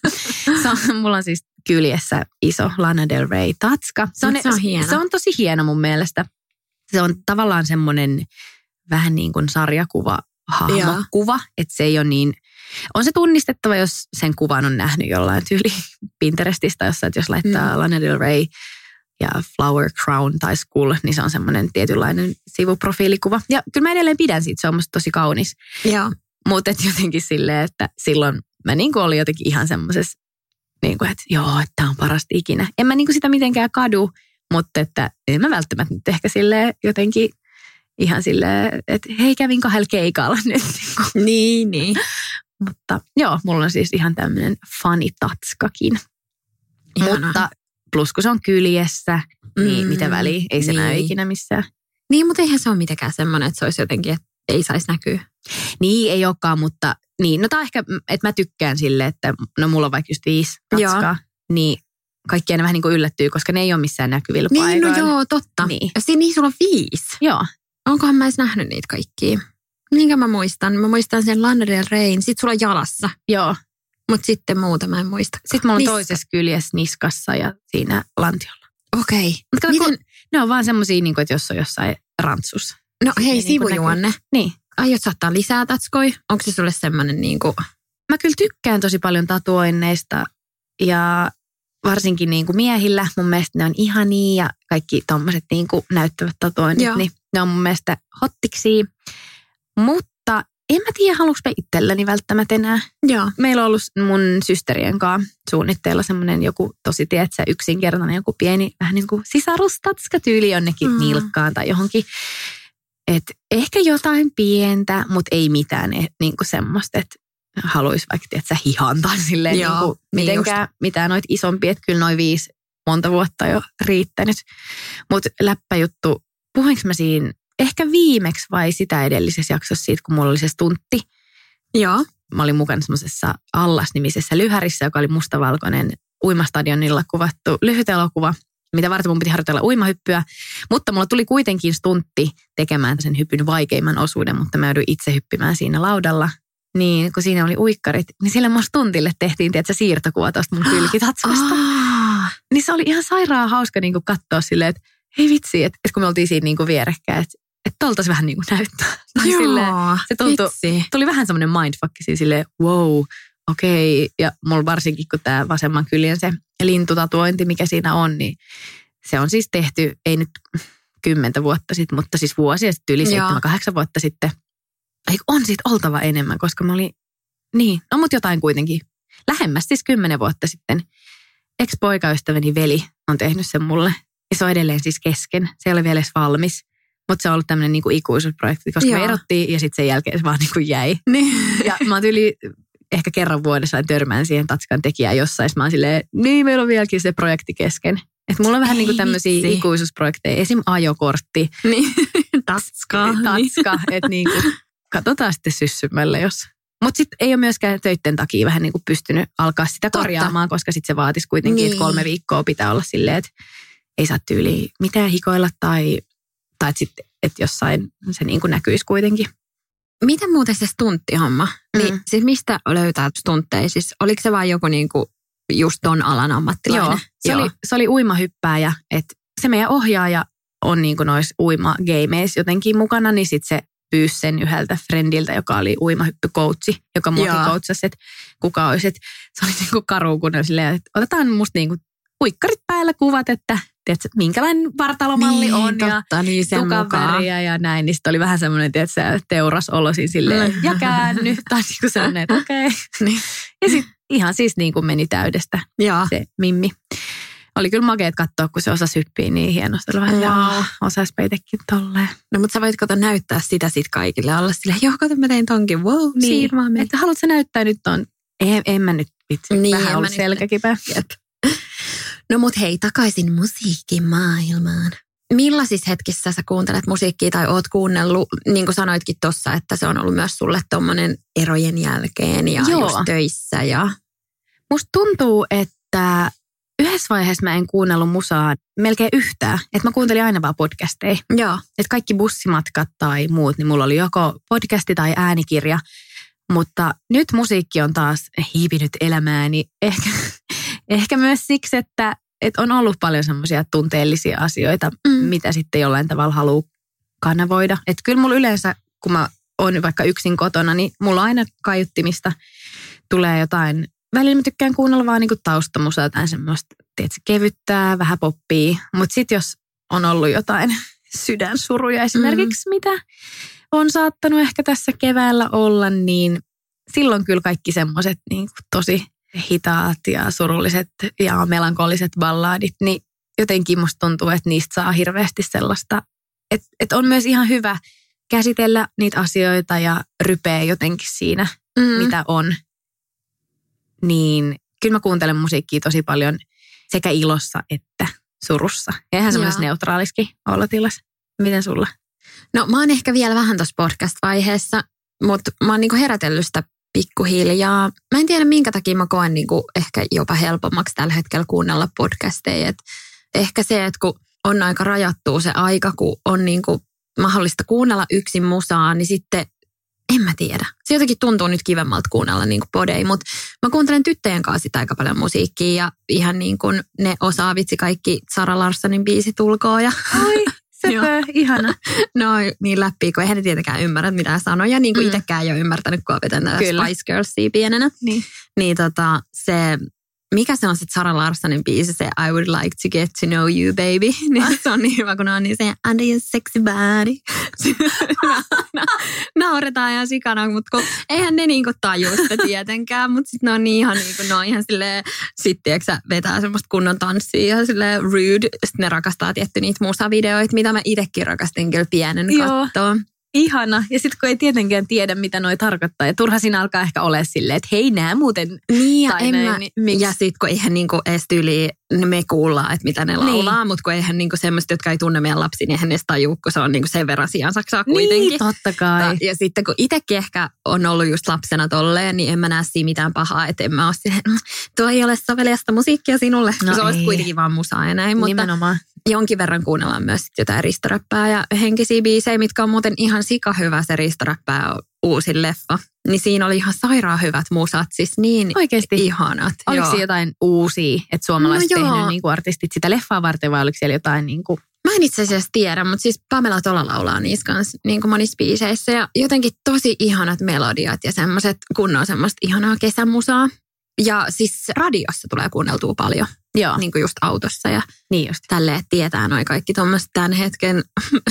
Mulla on siis kyljessä iso Lana Del Rey tatska. Se on hieno. Se on tosi hieno mun mielestä. Se on tavallaan semmoinen vähän niin kuin sarjakuva, hahmokuva, että se ei ole niin. On se tunnistettava, jos sen kuvan on nähnyt jollain tyyli Pinterestistä, jossa, että jos laittaa Lana Del Rey ja Flower Crown tai Skull, niin se on semmoinen tietynlainen sivuprofiilikuva. Ja kyllä mä edelleen pidän siitä, se on musta tosi kaunis. Joo. Mutta jotenkin silleen, että silloin mä niinku olin jotenkin ihan semmoisessa, niinku, että joo, että tää on parasta ikinä. En mä niinku sitä mitenkään kadu, mutta että en mä välttämättä nyt ehkä silleen jotenkin ihan silleen, että hei kävin 2 keikalla nyt. Niin. Mutta joo, mulla on siis ihan tämmöinen fanitatskakin. Ihana. Mutta plus kun se on kyljessä, niin mitä väliä, ei se näy ikinä missään. Niin, mutta eihän se ole mitenkään semmoinen, että se olisi jotenkin, että ei saisi näkyä. Niin, ei olekaan, mutta niin, no tää ehkä, että mä tykkään sille, että no mulla on vaikka just 5 tatskaa, niin kaikki aina vähän niin kuin yllättyy, koska ne ei ole missään näkyvillä paikoilla. Niin, no joo, totta. Niin. Ja niin sulla on 5. Joo. Onkohan mä edes nähnyt niitä kaikkia? Minkä mä muistan? Mä muistan sen Lana Del Reyn. Sitten sulla on jalassa. Joo. Mutta sitten muuta mä en muista. Sitten mulla on toisessa kyljessä niskassa ja siinä lantiolla. Okei. Okay. Ne on vaan semmosia, niin että jos on jossain rantsussa. No hei, sivujuonne. Niin. Aiot saattaa lisää tatskoja? Onko se sulle semmoinen niin kuin? Mä kyllä tykkään tosi paljon tatuoinneista ja varsinkin niin kuin miehillä. Mun mielestä ne on ihania ja kaikki tommoset niin kuin näyttävät tatuoinnit, niin ne on mun mielestä hottiksi. Mutta en mä tiedä, haluanko mä itselläni välttämättä enää. Joo. Meillä on ollut mun systerien kanssa suunnitteilla semmoinen joku tosi, tiedätkö, yksinkertainen joku pieni vähän niin kuin sisarustatska tyyli jonnekin nilkkaan tai johonkin. Että ehkä jotain pientä, mutta ei mitään niin kuin semmoista, että haluaisi vaikka, tiedätkö, hihantaa silleen niin kuin mitenkään mitään noita isompia. Että kyllä noin 5 monta vuotta jo riittänyt. Mutta läppäjuttu, puhuinko mä siinä ehkä viimeksi vai sitä edellisessä jaksossa siitä, kun mulla oli se stuntti. Joo. Mä olin mukana semmoisessa Allas-nimisessä lyhärissä, joka oli mustavalkoinen uimastadionilla kuvattu lyhyt elokuva. mitä varten mun piti harjoitella uimahyppyä. Mutta mulla tuli kuitenkin stuntti tekemään sen hypyn vaikeimman osuuden, mutta mä joudun itse hyppimään siinä laudalla. Niin, kun siinä oli uikkarit, niin sille mun stuntille tehtiin, tiedätkö, siirtokuva tuosta mun kylkitatskasta. Niin se oli ihan sairaan hauska niin kuin katsoa silleen, että hei vitsi, että kun me oltiin siinä niin kuin vierekkäin, että tolta se vähän niin kuin näyttää. Joo, silleen, se tuli vähän semmoinen mindfuck silleen, wow, okei. Ja mulla varsinkin, kun tämä vasemman kyljen se lintutatuointi, mikä siinä on, niin se on siis tehty, ei nyt 10 vuotta sitten, mutta siis vuosia sitten, yli 7-8 vuotta sitten. On siitä oltava enemmän, koska mä olin, niin, no mut jotain kuitenkin. Lähemmäs siis 10 vuotta sitten. Ex-poikaystäväni veli on tehnyt sen mulle. Ja se on edelleen siis kesken. Se ei ole vielä edes valmis. Mutta se on ollut tämmöinen niinku ikuisuusprojekti, koska me erottiin ja sitten sen jälkeen se vaan niinku jäi. Niin. Ja mä oon yli ehkä kerran vuodessa törmään siihen tatskan tekijään jossain. Mä oon silleen, niin meillä on vieläkin se projekti kesken. Että mulla on vähän niinku tämmöisiä ikuisuusprojekteja. Esim. Ajokortti. Niin. Tatska. Että niinku katsotaan sitten syssymällä, jos. Mutta sitten ei ole myöskään töitten takia vähän niinku pystynyt alkaa sitä korjaamaan, koska sitten se vaatisi kuitenkin, että 3 viikkoa pitää olla silleen, että ei saa tyyliin mitään hikoilla tai sitten, että jossain se niinku näkyisi kuitenkin. Miten muuten se stunttihomma? Niin, siis mistä löytää stuntteja? Siis oliko se vaan joku niinku just ton alan ammattilainen? Joo, se oli uimahyppääjä, että se meidän ohjaaja on niinku noissa uimageimeissä jotenkin mukana, niin sitten se pyysi sen yhdeltä friendiltä, joka oli uimahyppykoutsi, joka muakin koutsasi, että kuka olisi. Että se oli niinku karu, kun silleen, että otetaan musta niinku uikkarit päällä kuvat, että tiedätkö, minkälainen vartalomalli niin, on totta, ja tukan väriä ja näin. Niin sitten oli vähän semmoinen, tiedätkö, teurasolo siinä silleen, ja käänny. Tai niinku sellainen, että okei. Niin. Ja sitten ihan siis niin kuin meni täydestä se Mimmi. Oli kyllä makeet katsoa, kun se osasi hyppiä niin hienosti. Wow. Osasi peitekin tolleen. No mutta sä voit näyttää sitä sit kaikille. Olla silleen, joo, kato mä tein tonkin. Wow, niin. Siinä vaan meni. Että haluatko sä näyttää nyt ton? En mä nyt vitsi. Niin, vähän ollut selkäkipä. No mut hei, takaisin musiikin maailmaan. Millaisissa hetkissä sä kuuntelet musiikkia tai oot kuunnellut, niin kuin sanoitkin tossa, että se on ollut myös sulle tommonen erojen jälkeen ja just töissä ja... Musta tuntuu, että yhdessä vaiheessa mä en kuunnellut musaa melkein yhtään. Että mä kuuntelin aina vaan podcasteja. Joo. Että kaikki bussimatkat tai muut, niin mulla oli joko podcasti tai äänikirja. Mutta nyt musiikki on taas hiipinyt elämääni. Ehkä myös siksi, että on ollut paljon semmoisia tunteellisia asioita, mitä sitten jollain tavalla haluaa kanavoida. Että kyllä mulla yleensä, kun mä oon vaikka yksin kotona, niin mulla aina kaiuttimista tulee jotain. Välillä mä tykkään kuunnella vaan niinku taustamusaa, jotain semmoista, tiedätkö, kevyttää, vähän poppia. Mutta sitten jos on ollut jotain sydänsuruja esimerkiksi, mitä on saattanut ehkä tässä keväällä olla, niin silloin kyllä kaikki semmoiset niinku tosi hitaat ja surulliset ja melankoliset ballaadit, niin jotenkin musta tuntuu, että niistä saa hirveästi sellaista, että on myös ihan hyvä käsitellä niitä asioita ja rypeä jotenkin siinä, mitä on. Niin kyllä mä kuuntelen musiikkia tosi paljon sekä ilossa että surussa. Ja ihan semmoisessa neutraaliskin olotilassa. Miten sulla? No mä oon ehkä vielä vähän tuossa podcast-vaiheessa, mutta mä oon niinku herätellyt sitä pikkuhiljaa. Mä en tiedä minkä takia mä koen niinku ehkä jopa helpommaksi tällä hetkellä kuunnella podcasteja. Et ehkä se, että kun on aika rajattua se aika, kun on niinku mahdollista kuunnella yksin musaa, niin sitten en mä tiedä. Se jotenkin tuntuu nyt kivemmalta kuunnella niinku podeja, mutta mä kuuntelen tyttöjen kanssa sitä aika paljon musiikkia ja ihan niin kuin ne osaa vitsi kaikki Sara Larssonin biisit ulkoa. Ja oi, sepä, ihana. No niin läpi, kun eihän ne tietenkään ymmärrä mitään sanoja, niin kuin itsekään ei ole ymmärtänyt, kun on vetänyt Spice Girlsia pienenä. Niin se... Mikä se on sitten Sara Larssonin biisi, se I would like to get to know you, baby. Niin se on niin hyvä, kun on niin se under your sexy body. Nauretaan ihan sikana, mutta eihän ne niinku tajua sitä tietenkään. Mutta sitten ne on ihan niinku, ne on ihan silleen, sitten vetää semmoista kunnon tanssia ja silleen rude. Sitten ne rakastaa tietty niitä musavideoita, mitä mä itsekin rakastin kyllä pienen katsoa. ihana. Ja sitten kun ei tietenkään tiedä, mitä noi tarkoittaa. Ja turha siinä alkaa ehkä ole silleen, että hei, nää muuten. Niin, ja sitten kun eihän niinku edes tyyliin me kuullaan, että mitä ne laulaa, mutta kun eihän niinku semmoista, jotka ei tunne meidän lapsia, niin eihän ne tajuu, kun se on niinku sen verran sijaan saksaa kuitenkin. Niin, totta kai. Ja sitten kun itsekin ehkä on ollut just lapsena tolleen, niin en mä näe siinä mitään pahaa, että en mä ole siihen, tuo ei ole soveliasta musiikkia sinulle. No se olisi kuitenkin vaan musaa ja näin, mutta nimenomaan. Jonkin verran kuunnellaan myös jotain ristoräppää ja henkisiä biisejä, mitkä on muuten ihan sikahyvä se ristoräppää uusin leffa. Niin siinä oli ihan sairaan hyvät musat, siis niin oikeasti ihanat. Oliko se jotain uusia, että suomalaiset tehnyt niin kuin artistit sitä leffaa varten vai oliko siellä jotain niin kuin? Mä en itse asiassa tiedä, mutta siis Pamela Tola laulaa niissä kanssa niin kuin monissa biiseissä ja jotenkin tosi ihanat melodiat ja semmoiset kunnon semmoista ihanaa kesämusaa. Ja siis radiossa tulee kuunneltua paljon, joo. Niin kuin just autossa ja niin just. Tälleen tietää noi kaikki tuommoista tämän hetken,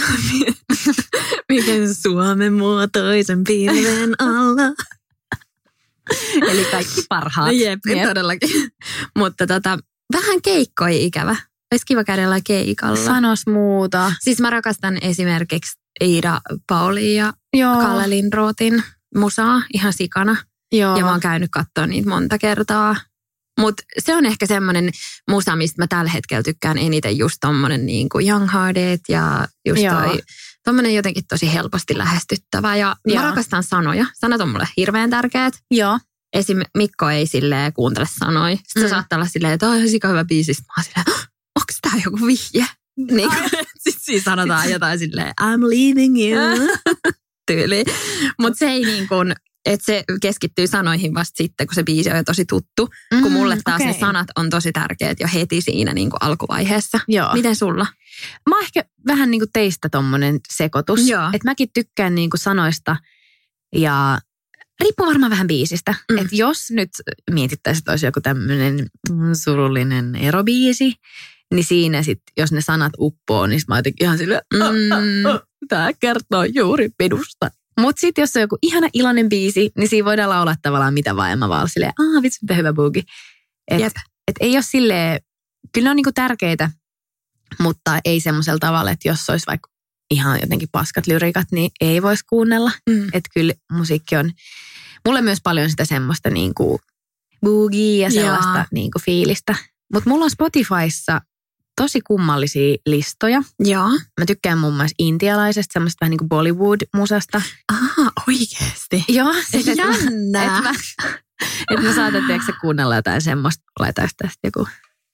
miten Suomen muotoisen pilven alla. Eli kaikki parhaat. Jep. Todellakin. Mutta vähän keikkoi ikävä. Olisi kiva käydä keikalla. Sanos muuta. Siis mä rakastan esimerkiksi Iida Pauli ja Kalle Lindrootin musaa ihan sikana. Joo. Ja mä oon käynyt katsoa niitä monta kertaa. Mutta se on ehkä semmoinen musa, mistä mä tällä hetkellä tykkään eniten just tommonen niin kuin Young Hearted ja just tommonen jotenkin tosi helposti lähestyttävä. Ja mä rakastan sanoja. Sanat on mulle hirveän tärkeät. Joo. Esim. Mikko ei silleen kuuntele sanoja. Sitten se saattaa olla silleen, että on ihan sika hyvä biisi. Sitten mä oon silleen, onko tää joku vihje? Niin, sitten siinä sanotaan jotain silleen, I'm leaving you. Tyyli. Mutta se ei niin kuin, että se keskittyy sanoihin vasta sitten, kun se biisi on jo tosi tuttu. Kun mulle taas ne sanat on tosi tärkeät jo heti siinä niin kuin alkuvaiheessa. Joo. Miten sulla? Mä oon ehkä vähän niin kuin teistä tommonen sekoitus. Että mäkin tykkään niin kuin sanoista ja riippuu varmaan vähän biisistä. Että jos nyt mietittäisiin, että olisi joku tämmöinen surullinen erobiisi, niin siinä sitten, jos ne sanat uppoo, niin mä jotenkin ihan silleen, tää kertoo juuri minusta. Mutta sitten jos on joku ihana iloinen biisi, niin siinä voidaan laulaa tavallaan mitä vaan. Ja mä vaan silleen, vitsi, mitä hyvä boogie. Et ei ole silleen, kyllä ne on niinku tärkeitä, mutta ei semmoisella tavalla, että jos olisi vaikka ihan jotenkin paskat lyrikat, niin ei voisi kuunnella. Että kyllä musiikki on, mulle myös paljon sitä semmoista niinku boogie ja sellaista niinku fiilistä. Mutta mulla on Spotifyssa tosi kummallisia listoja. Joo. Mä tykkään muun muassa intialaisesta, semmoista vähän niin kuin Bollywood-musasta. Oikeesti? Joo. Jännää. Että mä saatan, tiedätkö, kuunnella jotain semmoista, laitaisi tästä joku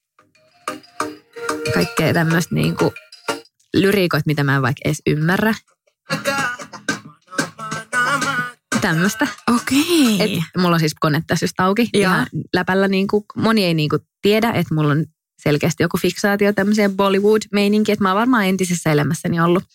kaikkea tämmöistä niin kuin lyriikoita, mitä mä en vaikka edes ymmärrä. Tämmöistä. Okei. Et mulla on siis kone tässä just auki. Ihan läpällä niin kuin, moni ei niin kuin tiedä, että mulla on selkeästi joku fiksaatio tämmöiseen Bollywood-meininkiin, että mä oon varmaan entisessä elämässäni ollut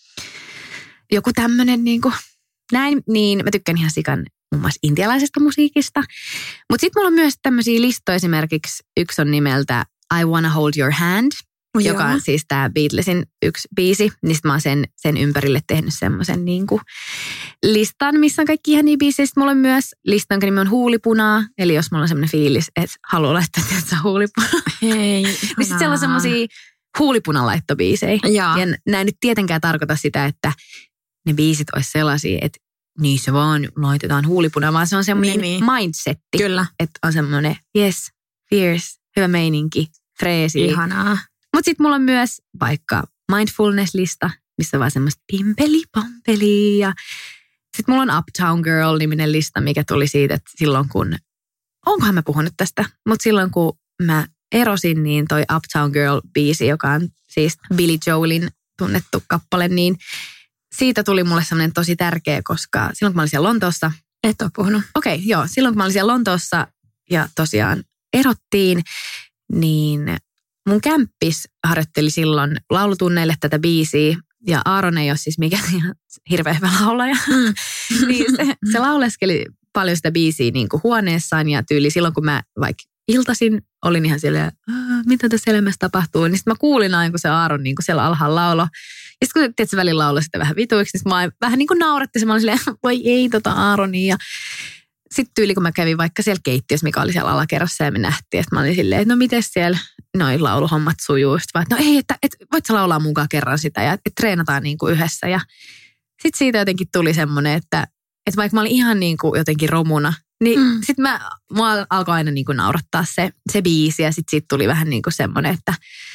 joku tämmöinen niin kuin näin, niin mä tykkään ihan sikan muun muassa intialaisesta musiikista. Mutta sitten mulla on myös tämmöisiä listoja, esimerkiksi yksi on nimeltä I Wanna Hold Your Hand, joka on siis tää Beatlesin yksi biisi, niin sit mä oon sen ympärille tehnyt semmoisen niin kuin listan, missä on kaikki ihania biisejä. Sitten mulla on myös lista, jonka nimi on Huulipunaa, eli jos mulla on semmoinen fiilis, että haluaa laittaa tietysti huulipunaa. Hei, niin sitten siellä on semmosia huulipunalaittobiisejä. Ja näin nyt tietenkään tarkoita sitä, että ne biisit olisi sellaisia, että niissä vaan laitetaan huulipunaa, vaan se on semmoinen mindsetti. Kyllä. Että on semmoinen, yes, fierce, hyvä meininki, freesi. Ihanaa. Mutta sitten mulla on myös vaikka mindfulness-lista, missä on vaan semmoista pimpeli-pampeli. Ja sitten mulla on Uptown Girl-niminen lista, mikä tuli siitä, että silloin kun, onkohan mä puhunut tästä, mutta silloin kun mä erosin, niin toi Uptown Girl-biisi, joka on siis Billy Joelin tunnettu kappale, niin siitä tuli mulle semmoinen tosi tärkeä, koska silloin kun mä olin siellä Lontoossa. Et ole puhunut. Okei, joo. Silloin kun mä olin siellä Lontoossa ja tosiaan erottiin, niin mun kämppis harjoitteli silloin laulutunneille tätä biisiä. Ja Aaron ei ole siis mikään ihan hirveän hyvä laulaja. Niin se lauleskeli paljon sitä biisiä niin kuin huoneessaan ja tyyli silloin kun mä vaikka iltasin, olin ihan silleen, mitä tässä elämässä tapahtuu. Niin sitten mä kuulin aina, kun se Aaron niin kuin siellä alhaalla laulo. Ja sitten kun tietysti välillä lauloi sitä vähän vituiksi, niin mä vähän niin kuin nauratti. Mä olin silleen, voi ei Aaronia. Ja sitten tyyli, kun mä kävin vaikka siellä keittiössä, mikä oli siellä alakerrassa ja me nähtiin. Että mä olin silleen, että no miten siellä noi lauluhommat sujuu. Sitten vaan, että no ei, että voit sä laulaa mukaan kerran sitä ja että treenataan niin kuin yhdessä. Ja sitten siitä jotenkin tuli semmoinen, että vaikka mä olin ihan niin kuin jotenkin romuna, niin sitten mua alkoi aina niin kuin naurattaa se biisi ja sitten siitä tuli vähän niin kuin semmoinen, että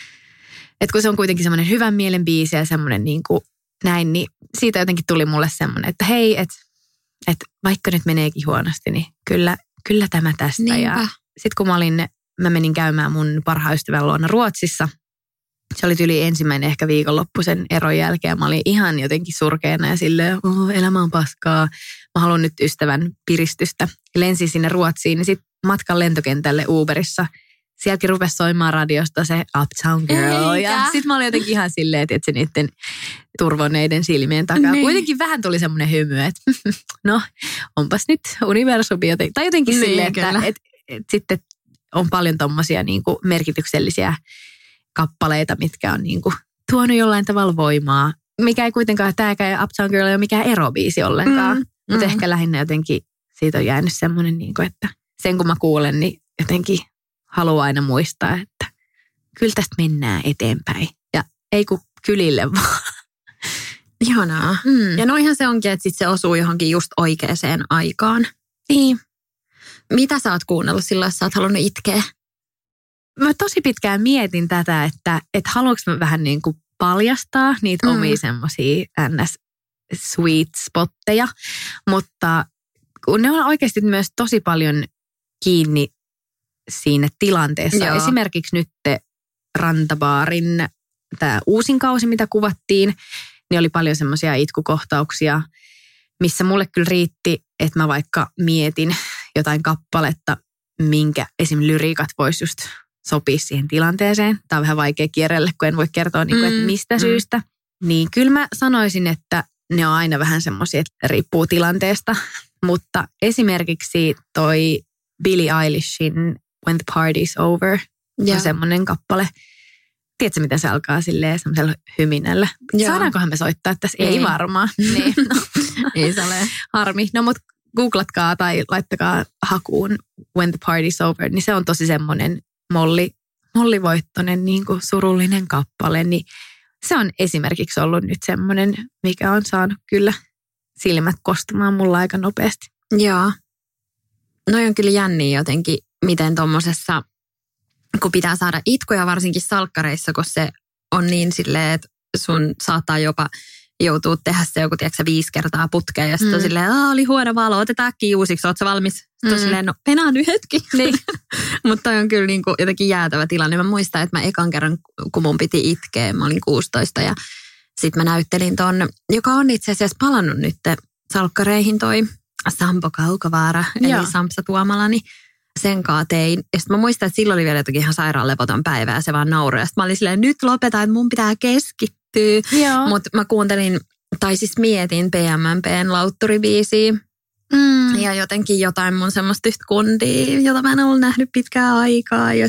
kun se on kuitenkin semmoinen hyvän mielen biisi ja semmoinen niin kuin näin, niin siitä jotenkin tuli mulle semmoinen, että hei, että vaikka nyt meneekin huonosti, niin kyllä tämä tästä. Niinpä. Ja sitten kun mä menin käymään mun parhaan ystävän luona Ruotsissa, se oli yli ensimmäinen ehkä viikonloppu sen eron jälkeen. Mä olin ihan jotenkin surkeana ja silleen, elämä on paskaa. Mä haluan nyt ystävän piristystä. Lensin sinne Ruotsiin, niin sitten matkan lentokentälle Uberissa. Sielläkin rupesi soimaan radiosta se Uptown Girl. Eikä. Ja sitten mä olin jotenkin ihan silleen, että se niiden turvoneiden silmien takaa. Niin. Kuitenkin vähän tuli semmoinen hymy, että no onpas nyt universumi jotenkin. Tai jotenkin niin, silleen, että sitten on paljon tommosia niinku merkityksellisiä kappaleita, mitkä on niinku tuonut jollain tavalla voimaa. Mikä ei kuitenkaan, tämäkään Uptown Girl ei ole mikään erobiisi ollenkaan. Mutta ehkä lähinnä jotenkin siitä on jäänyt semmoinen, niinku, että sen kun mä kuulen, niin jotenkin haluan aina muistaa, että kyllä tästä mennään eteenpäin. Ja ei kun kylille vaan. Ihanaa. Ja noihan se onkin, että sit se osuu johonkin just oikeaan aikaan. Niin. Mitä sä oot kuunnellut silloin, jos sä oot halunnut itkeä? Mä tosi pitkään mietin tätä, että haluanko mä vähän niin kuin paljastaa niitä omia semmosia sweet spotteja. Mutta kun ne on oikeasti myös tosi paljon kiinni siinä tilanteessa. Joo. Esimerkiksi nyt Rantabaarin tämä uusin kausi, mitä kuvattiin, niin oli paljon semmoisia itkukohtauksia, missä mulle kyllä riitti, että mä vaikka mietin jotain kappaletta, minkä esim. Lyriikat vois just sopia siihen tilanteeseen. Tämä on vähän vaikea kierrelle, kun en voi kertoa, että mistä syystä. Niin kyllä mä sanoisin, että ne on aina vähän semmoisia, että riippuu tilanteesta. Mutta esimerkiksi toi Billie Eilishin When the Party's Over on semmoinen kappale. Tiedätkö, miten se alkaa silleen semmoisella hyminällä? Saadaankohan me soittaa tässä? Ei varmaan. Niin. Ei se ole. Harmi. No mutta googlatkaa tai laittakaa hakuun When the Party's Over, niin se on tosi semmoinen mollivoittoinen niin kuin surullinen kappale. Niin se on esimerkiksi ollut nyt semmoinen, mikä on saanut kyllä silmät kostumaan mulla aika nopeasti. Joo. Noi on kyllä jänniä jotenkin, miten tommosessa, kun pitää saada itkuja varsinkin salkkareissa, kun se on niin silleen, että sun saattaa jopa joutuu tehdä se joku, tiedätkö 5 kertaa putkeen ja sitten on silleen, oli huono valo, otetaan äkkiä uusiksi, ootko sä valmis? Sitten on silleen, no enää nyt hetki. Niin. Mutta toi on kyllä niinku jotenkin jäätävä tilanne. Mä muistan, että mä ekan kerran, kun mun piti itkeä, mä olin 16 ja sitten mä näyttelin ton, joka on itse asiassa palannut nyt salkkareihin toi Sampo Kaukavaara, eli Sampsa Tuomala, niin sen kaa tein. Ja sitten mä muistan, että silloin oli vielä jotenkin ihan sairaan levoton päivä ja se vaan nauroi. Ja sitten mä olin silleen, nyt lopeta, että mun pitää keskittyä. Mutta mä kuuntelin, tai siis mietin PMMPn lautturibiisiä. Ja jotenkin jotain mun semmoista yhtä kundia, jota mä en ollut nähnyt pitkään aikaa. Ja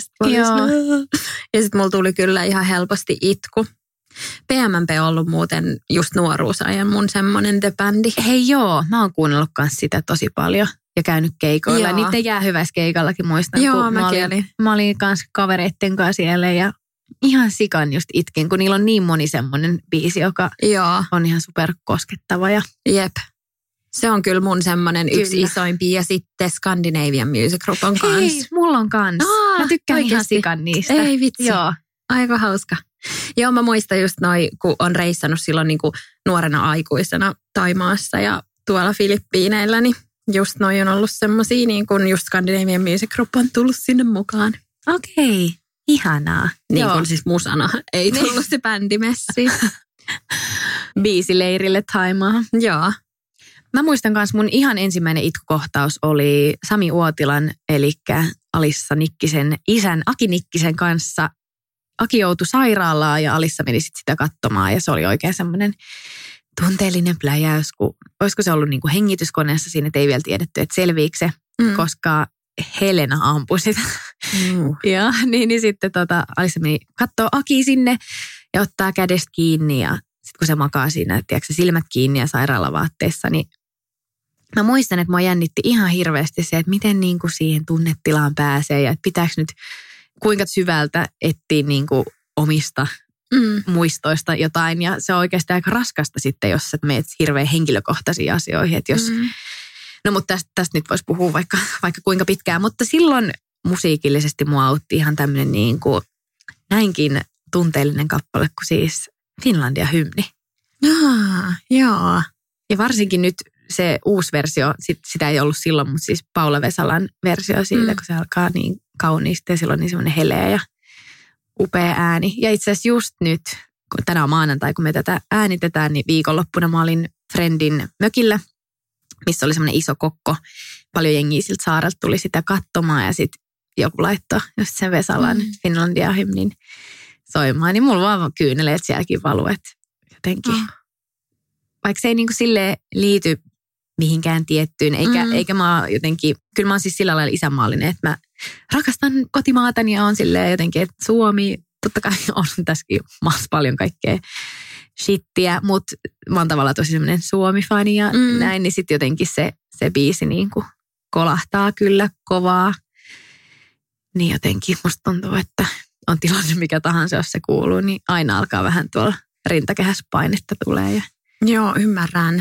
sitten mulla tuli kyllä ihan helposti itku. PMMP on ollut muuten just nuoruusajan mun semmonen the-bändi. Hei joo, mä oon kuunnellut kans sitä tosi paljon ja käynyt keikoilla. Niitä jäähyväiskeikallakin muistan, kun mä olin kans kavereitten kanssa siellä ja ihan sikan just itkin, kun niillä on niin moni semmonen biisi, joka on ihan super koskettava. Jep. Se on kyllä mun semmonen yksi isoimpia ja sitten Scandinavian Music Group on kans. Hei, mulla on kans. Mä tykkään oikeasti ihan sikan niistä. Ei vitsi. Joo. Aika hauska. Joo, mä muistan just noi, kun on reissannut silloin niin kuin nuorena aikuisena Taimaassa ja tuolla Filippiineillä, niin just noi on ollut semmosia, niin kuin just Scandinavian Music Group on tullut sinne mukaan. Okei, ihanaa. Niin kuin siis musana, ei tullut se bändimessi. Biisileirille Taimaa. Joo. Mä muistan myös mun ihan ensimmäinen itkukohtaus oli Sami Uotilan, eli Alissa Nikkisen isän Aki Nikkisen kanssa. Aki joutui sairaalaan ja Alissa meni sitten sitä katsomaan ja se oli oikein semmoinen tunteellinen pläjäys, kun olisiko se ollut niin kuin hengityskoneessa siinä, että ei vielä tiedetty, että selviikö se, koska Helena ampui sitä. Ja niin sitten Alissa meni katsoo Aki sinne ja ottaa kädestä kiinni ja sitten kun se makaa siinä, tiedätkö, silmät kiinni ja sairaalavaatteessa, niin mä muistan, että mua jännitti ihan hirveästi se, että miten niin kuin siihen tunnetilaan pääsee ja että pitääkö nyt kuinka syvältä etsiä niin kuin omista muistoista jotain. Ja se on oikeasti aika raskasta sitten, jos sä meet hirveän henkilökohtaisiin asioihin. Että jos, no mutta tästä nyt voisi puhua vaikka kuinka pitkään. Mutta silloin musiikillisesti mua autti ihan tämmöinen niin kuin näinkin tunteellinen kappale kuin siis Finlandia-hymni. Joo. Ja varsinkin nyt se uusi versio, sitä ei ollut silloin, mutta siis Paula Vesalan versio siitä, kun se alkaa niin kauniisti ja silloin niin semmoinen heleä ja upea ääni. Ja itse asiassa just nyt, kun tänään on maanantai, kun me tätä äänitetään, niin viikonloppuna mä olin friendin mökillä, missä oli semmoinen iso kokko. Paljon jengiä siltä saarelta tuli sitä katsomaan ja sitten joku laittoi just sen Vesalan Finlandia-hymnin soimaan. Niin mulla vaan kyyneleet sielläkin valuu, että jotenkin. Vaikka se ei niin kuin silleen liity mihinkään tiettyyn, eikä mä jotenkin, kyllä mä oon siis sillä lailla isänmaallinen, että mä rakastan kotimaatani ja on silleen jotenkin, että Suomi, totta kai on tässäkin maassa paljon kaikkea shittiä, mutta mä oon tavallaan tosi semmoinen Suomi-fani ja näin, niin sitten jotenkin se biisi niin kuin kolahtaa kyllä kovaa. Niin jotenkin musta tuntuu, että on tilanne mikä tahansa, jos se kuuluu, niin aina alkaa vähän tuolla rintakehässä painetta tulee ja joo, ymmärrän.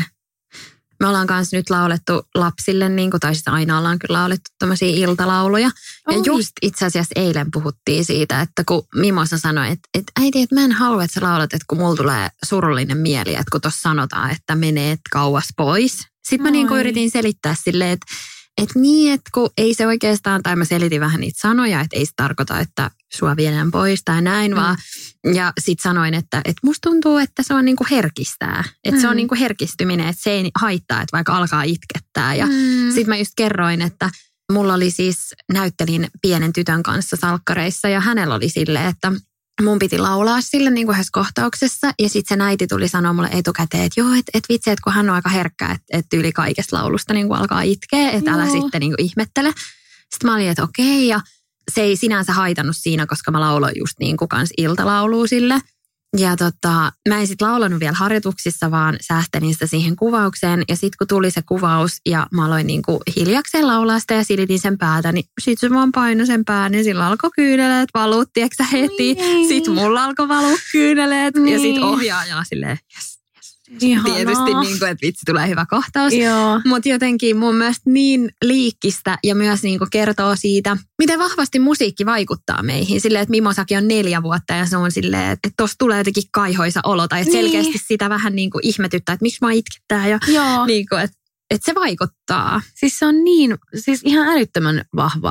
Me ollaan kanssa nyt laulettu lapsille, niin kuin, tai siis aina ollaan kyllä laulettu tämmöisiä iltalauluja. Ja just itse asiassa eilen puhuttiin siitä, että kun Mimosa sanoi, että äiti, että mä en halua, että sä laulat, että kun mulla tulee surullinen mieli, että kun tuossa sanotaan, että meneet kauas pois. Sitten mä niin kuin yritin selittää silleen, että niin, että kun ei se oikeastaan, tai mä selitin vähän niitä sanoja, että ei se tarkoita, että sua viedään pois tai näin, vaan ja sit sanoin, että musta tuntuu, että se on niinku herkistää. Että se on niinku herkistyminen, että se ei haittaa, että vaikka alkaa itkettää. Ja sit mä just kerroin, että mulla oli siis, näyttelin pienen tytön kanssa salkkareissa ja hänellä oli silleen, että mun piti laulaa sille niin kuin yhdessä kohtauksessa ja sitten se äiti tuli sanoa mulle etukäteen, että joo, että vitsi, että kun hän on aika herkkä, että yli kaikesta laulusta niin kuin alkaa itkeä, että älä sitten niin kuin ihmettele. Sitten mä olin, että okei, ja se ei sinänsä haitannut siinä, koska mä lauloin just niin kuin kans iltalaulua sille. Ja mä en sitten laulanut vielä harjoituksissa, vaan säästelin sitä siihen kuvaukseen. Ja sitten kun tuli se kuvaus ja mä aloin niin kuin hiljakseen laulaa sitä ja silitin sen päätä, niin sitten se vaan painoi sen pään ja sillä alkoi kyyneleet valuu, tiedätkö heti. Sitten mulla alkoi valua kyyneleet ja sitten ohjaaja silleen, yes. Tietysti niin kuin, että vitsi tulee hyvä kohtaus. Mutta jotenkin mun mielestä niin liikkistä ja myös niin kuin kertoo siitä, miten vahvasti musiikki vaikuttaa meihin. Silleen, että Mimosakin on 4 vuotta ja se on silleen, että tossa tulee jotenkin kaihoisa olo. Tai että selkeästi sitä vähän niin kuin ihmetyttää, että miksi mä itkettää. Ja niin kuin, että se vaikuttaa. Siis se on niin, siis ihan älyttömän vahva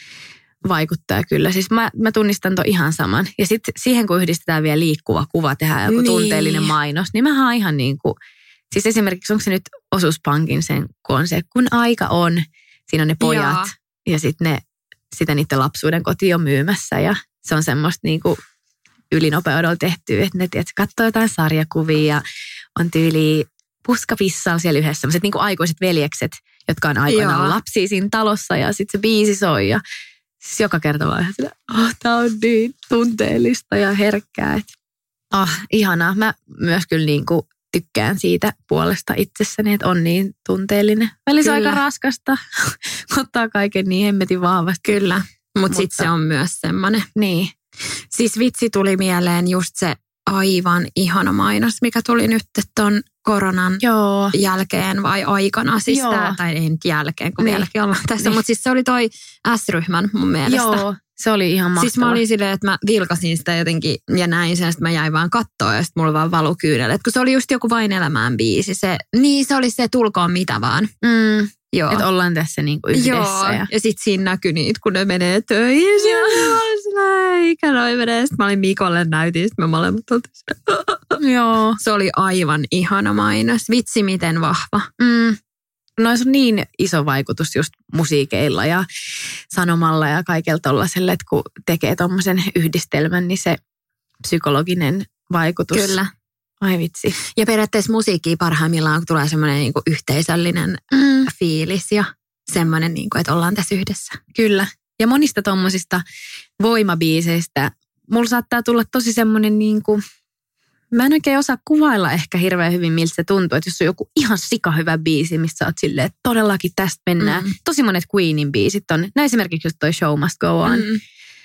vaikuttaa kyllä. Siis mä tunnistan ton ihan saman. Ja sitten siihen, kun yhdistetään vielä liikkuva kuva, tehdään joku tunteellinen mainos, niin mähän on ihan niin kuin, siis esimerkiksi onko se nyt Osuuspankin sen, kun on se, kun aika on, siinä on ne pojat ja sitten sitä niiden lapsuuden koti on myymässä ja se on semmoista niin kuin ylinopeudella tehtyä, että ne katsoo jotain sarjakuvia ja on tyyli puskapissalla siellä yhdessä, sellaiset niin kuin aikuiset veljekset, jotka on aikoinaan ollut lapsia siinä talossa ja sitten se biisi soi ja siis joka kerta vaan ihan sillä, tää on niin tunteellista ja herkkää. Ihanaa. Mä myös kyllä niin kuin tykkään siitä puolesta itsessäni, että on niin tunteellinen. Välissä aika raskasta, ottaa kaiken niin hemmetin vahvasti. Kyllä, mutta sitten se on myös semmoinen. Niin. Siis vitsi tuli mieleen just se aivan ihana mainos, mikä tuli nyt ton koronan jälkeen vai aikana. Siis tai ei nyt jälkeen, kun vieläkin ollaan tässä. Mutta siis se oli toi S-ryhmän mun mielestä. Joo, se oli ihan mahtava. Siis mä olin silleen, että mä vilkasin sitä jotenkin ja näin sen, että mä jäin vaan kattoon ja sitten mulla vaan valu kyyneleet. Kun se oli just joku Vain elämään biisi. Se oli se tulkoon mitä vaan. Joo. Että ollaan tässä niinku yhdessä. Joo, ja sitten siinä näkyi niitä, kun ne menee töihin. Eikä noin menee. Sitten mä olin Mikolle näytin, sitten me molemmat oltiin. Joo. Se oli aivan ihana mainos. Vitsi, miten vahva. No se on niin iso vaikutus just musiikeilla ja sanomalla ja kaikella tollaselle, että kun tekee tommosen yhdistelmän, niin se psykologinen vaikutus. Kyllä. Ai vitsi. Ja periaatteessa musiikkia parhaimmillaan, kun tulee semmoinen niinku yhteisöllinen fiilis ja semmoinen, niinku, että ollaan tässä yhdessä. Kyllä. Ja monista tommosista voimabiiseistä mulla saattaa tulla tosi semmoinen niinku, mä en oikein osaa kuvailla ehkä hirveän hyvin, miltä se tuntuu, että jos on joku ihan sikahyvä biisi, missä sä oot silleen, että todellakin tästä mennään. Tosi monet Queenin biisit on, no esimerkiksi just toi Show Must Go On.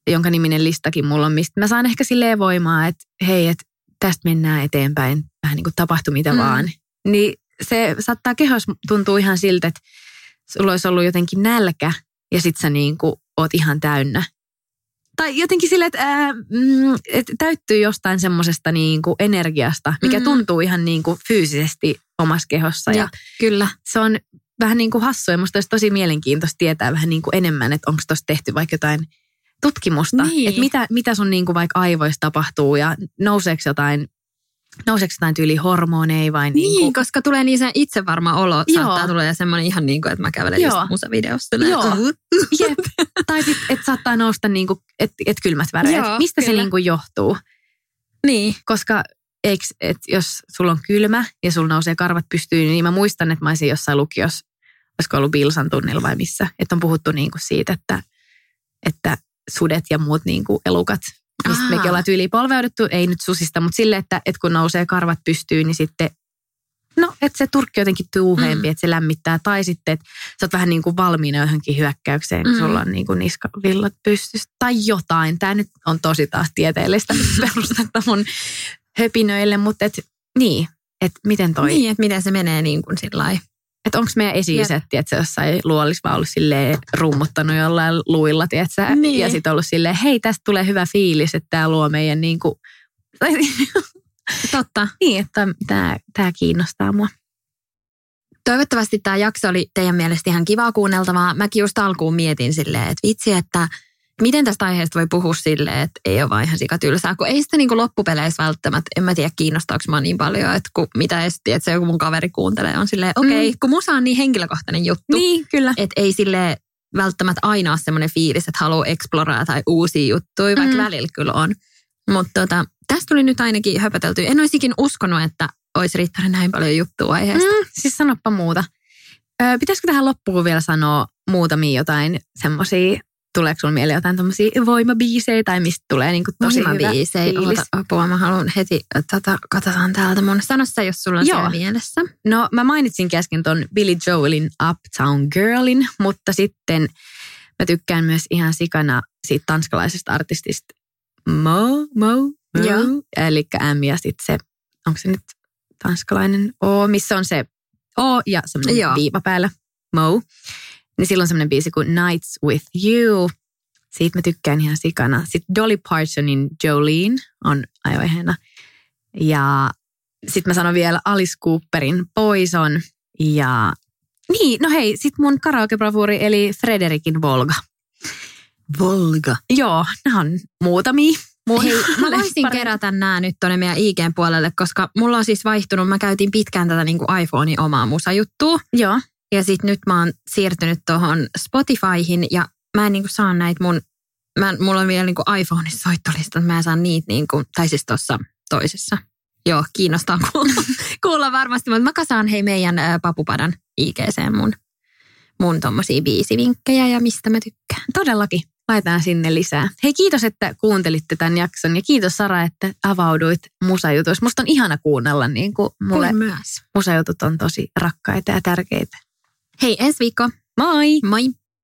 jonka niminen listakin mulla on, mistä mä saan ehkä silleen voimaa, että hei, että tästä mennään eteenpäin, vähän niin kuin tapahtui mitä vaan. Niin se saattaa kehossa tuntuu ihan siltä, että sulla olisi ollut jotenkin nälkä ja sit sä niin kuin oot ihan täynnä. Tai jotenkin silleen, että täyttyy jostain semmosesta niin kuin energiasta, mikä tuntuu ihan niin kuin fyysisesti omassa kehossa. Ja kyllä. Se on vähän niin kuin hassua ja musta olisi tosi mielenkiintoista tietää vähän niin kuin enemmän, että onko tuossa tehty vaikka jotain tutkimusta. Niin. Että mitä sun niin kuin vaikka aivoissa tapahtuu ja nouseeko jotain tyyli hormoneja vai niin kuin... koska tulee niin se itsevarma olo. Saattaa tulla ja semmoinen ihan niin kuin, että mä kävelen just musavideossa. Joo. Jep. Tai sitten, että saattaa nousta niin kuin, että kylmät väreet. Mistä kyllä. Se niin kuin johtuu? Niin. Koska jos sulla on kylmä ja sulla nousee karvat pystyyn, niin mä muistan, että mä olisin jossain lukiossa, olisiko ollut Bilsan tunnilla vai missä, että on puhuttu niin kuin siitä, että sudet ja muut niin kuin elukat, mistä mekin ollaan tyyliin polveuduttu, ei nyt susista, mutta sille, että kun nousee karvat pystyyn, niin sitten, että se turkki jotenkin tuuheempi, että se lämmittää. Tai sitten, että sä oot vähän niin kuin valmiina johonkin hyökkäykseen, kun sulla on niin kuin niskavillat pystyssä. Tai jotain. Tämä nyt on tosi taas tieteellistä perustetta mun höpinöille, mutta että miten toi... Niin, että miten se menee niin kuin sillai. Että onko meidän esi-isätti, että se jossain luolissa vaan ollut silleen rummuttanut jollain luilla, tietsä? Niin. Ja sitten ollut silleen, hei, tästä tulee hyvä fiilis, että tämä luo meidän niin kuin... Totta. Niin, että tämä kiinnostaa mua. Toivottavasti tämä jakso oli teidän mielestä ihan kivaa kuunneltavaa. Mäkin just alkuun mietin silleen, että vitsi, että miten tästä aiheesta voi puhua silleen, että ei ole vaan ihan sikatylsää, kun ei sitä niin kuin loppupeleissä välttämättä, en mä tiedä kiinnostaako mä niin paljon, että kun mitä esti, että se joku mun kaveri kuuntelee, on silleen, okei, kun musa on niin henkilökohtainen juttu. Niin, kyllä. Että ei silleen välttämättä aina ole semmoinen fiilis, että haluaa exploraa tai uusia juttuja, vaikka välillä kyllä on. Mutta tästä tuli nyt ainakin höpötelty. En olisikin uskonut, että olisi riittänyt näin paljon juttua aiheesta. Siis sanoppa muuta. Pitäisikö tähän loppuun vielä sanoa muutamia jotain semmoisia, tuleeko sulla mieleen jotain tommosia voimabiisejä tai mistä tulee niinku tosi hyvä fiilis? Ota apua, mä haluan heti, katsotaan täältä mun. Sano sä, jos sulla on siellä mielessä. No mä mainitsinkin äsken ton Billy Joelin Uptown Girlin, mutta sitten mä tykkään myös ihan sikana siitä tanskalaisesta artistista Mo. Eli M ja sitten se, onko se nyt tanskalainen O, missä on se O ja semmoinen viiva päällä, Mo. Niin silloin semmoinen biisi kuin Nights with You. Siitä mä tykkään ihan sikana. Sitten Dolly Partonin Jolene on aivan ihana. Ja sitten mä sanon vielä Alice Cooperin Poison. Ja niin, no hei, sitten mun karaoke-bravuuri eli Frederikin Volga. Volga. Joo, nämä on muutamia. Hei, mä voisin kerätä nämä nyt tuonne meidän IG:n puolelle, koska mulla on siis vaihtunut, mä käytin pitkään tätä niin kuin iPhonein omaa musajuttua. Joo. Ja sit nyt mä oon siirtynyt tuohon Spotifyhin ja mä en niin kuin saa näitä mulla on vielä niin kuin iPhoneissa soittolistat, mä en saa niitä niin kuin, tai siis tuossa toisessa. Joo, kiinnostaa kuulla varmasti, mutta mä kasaan hei meidän Papupadan IG:seen mun tommosia biisivinkkejä ja mistä mä tykkään. Todellakin. Laitetaan sinne lisää. Hei, kiitos, että kuuntelitte tämän jakson ja kiitos Sara, että avauduit musajutuissa. Musta on ihana kuunnella, niin kuin mulle myös. Musajutut on tosi rakkaita ja tärkeitä. Hei, ensi viikko. Moi! Moi!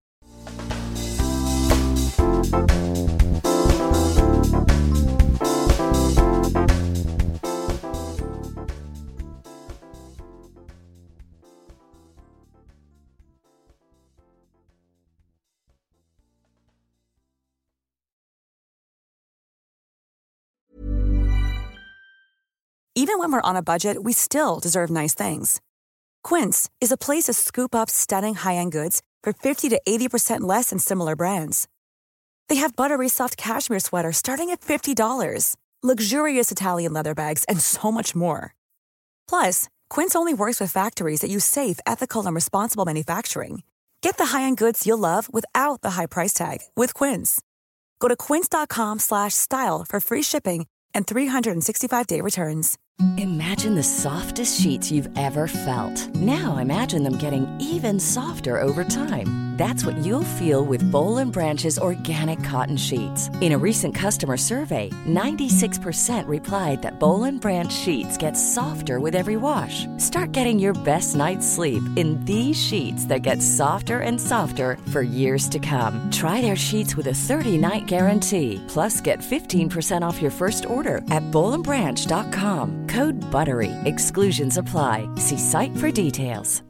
Even when we're on a budget, we still deserve nice things. Quince is a place to scoop up stunning high-end goods for 50 to 80% less than similar brands. They have buttery soft cashmere sweaters starting at $50, luxurious Italian leather bags, and so much more. Plus, Quince only works with factories that use safe, ethical, and responsible manufacturing. Get the high-end goods you'll love without the high price tag with Quince. Go to quince.com/style for free shipping and 365-day returns. Imagine the softest sheets you've ever felt. Now imagine them getting even softer over time. That's what you'll feel with Bowl and Branch's organic cotton sheets. In a recent customer survey, 96% replied that Bowl and Branch sheets get softer with every wash. Start getting your best night's sleep in these sheets that get softer and softer for years to come. Try their sheets with a 30-night guarantee. Plus, get 15% off your first order at bowlandbranch.com. Code BUTTERY. Exclusions apply. See site for details.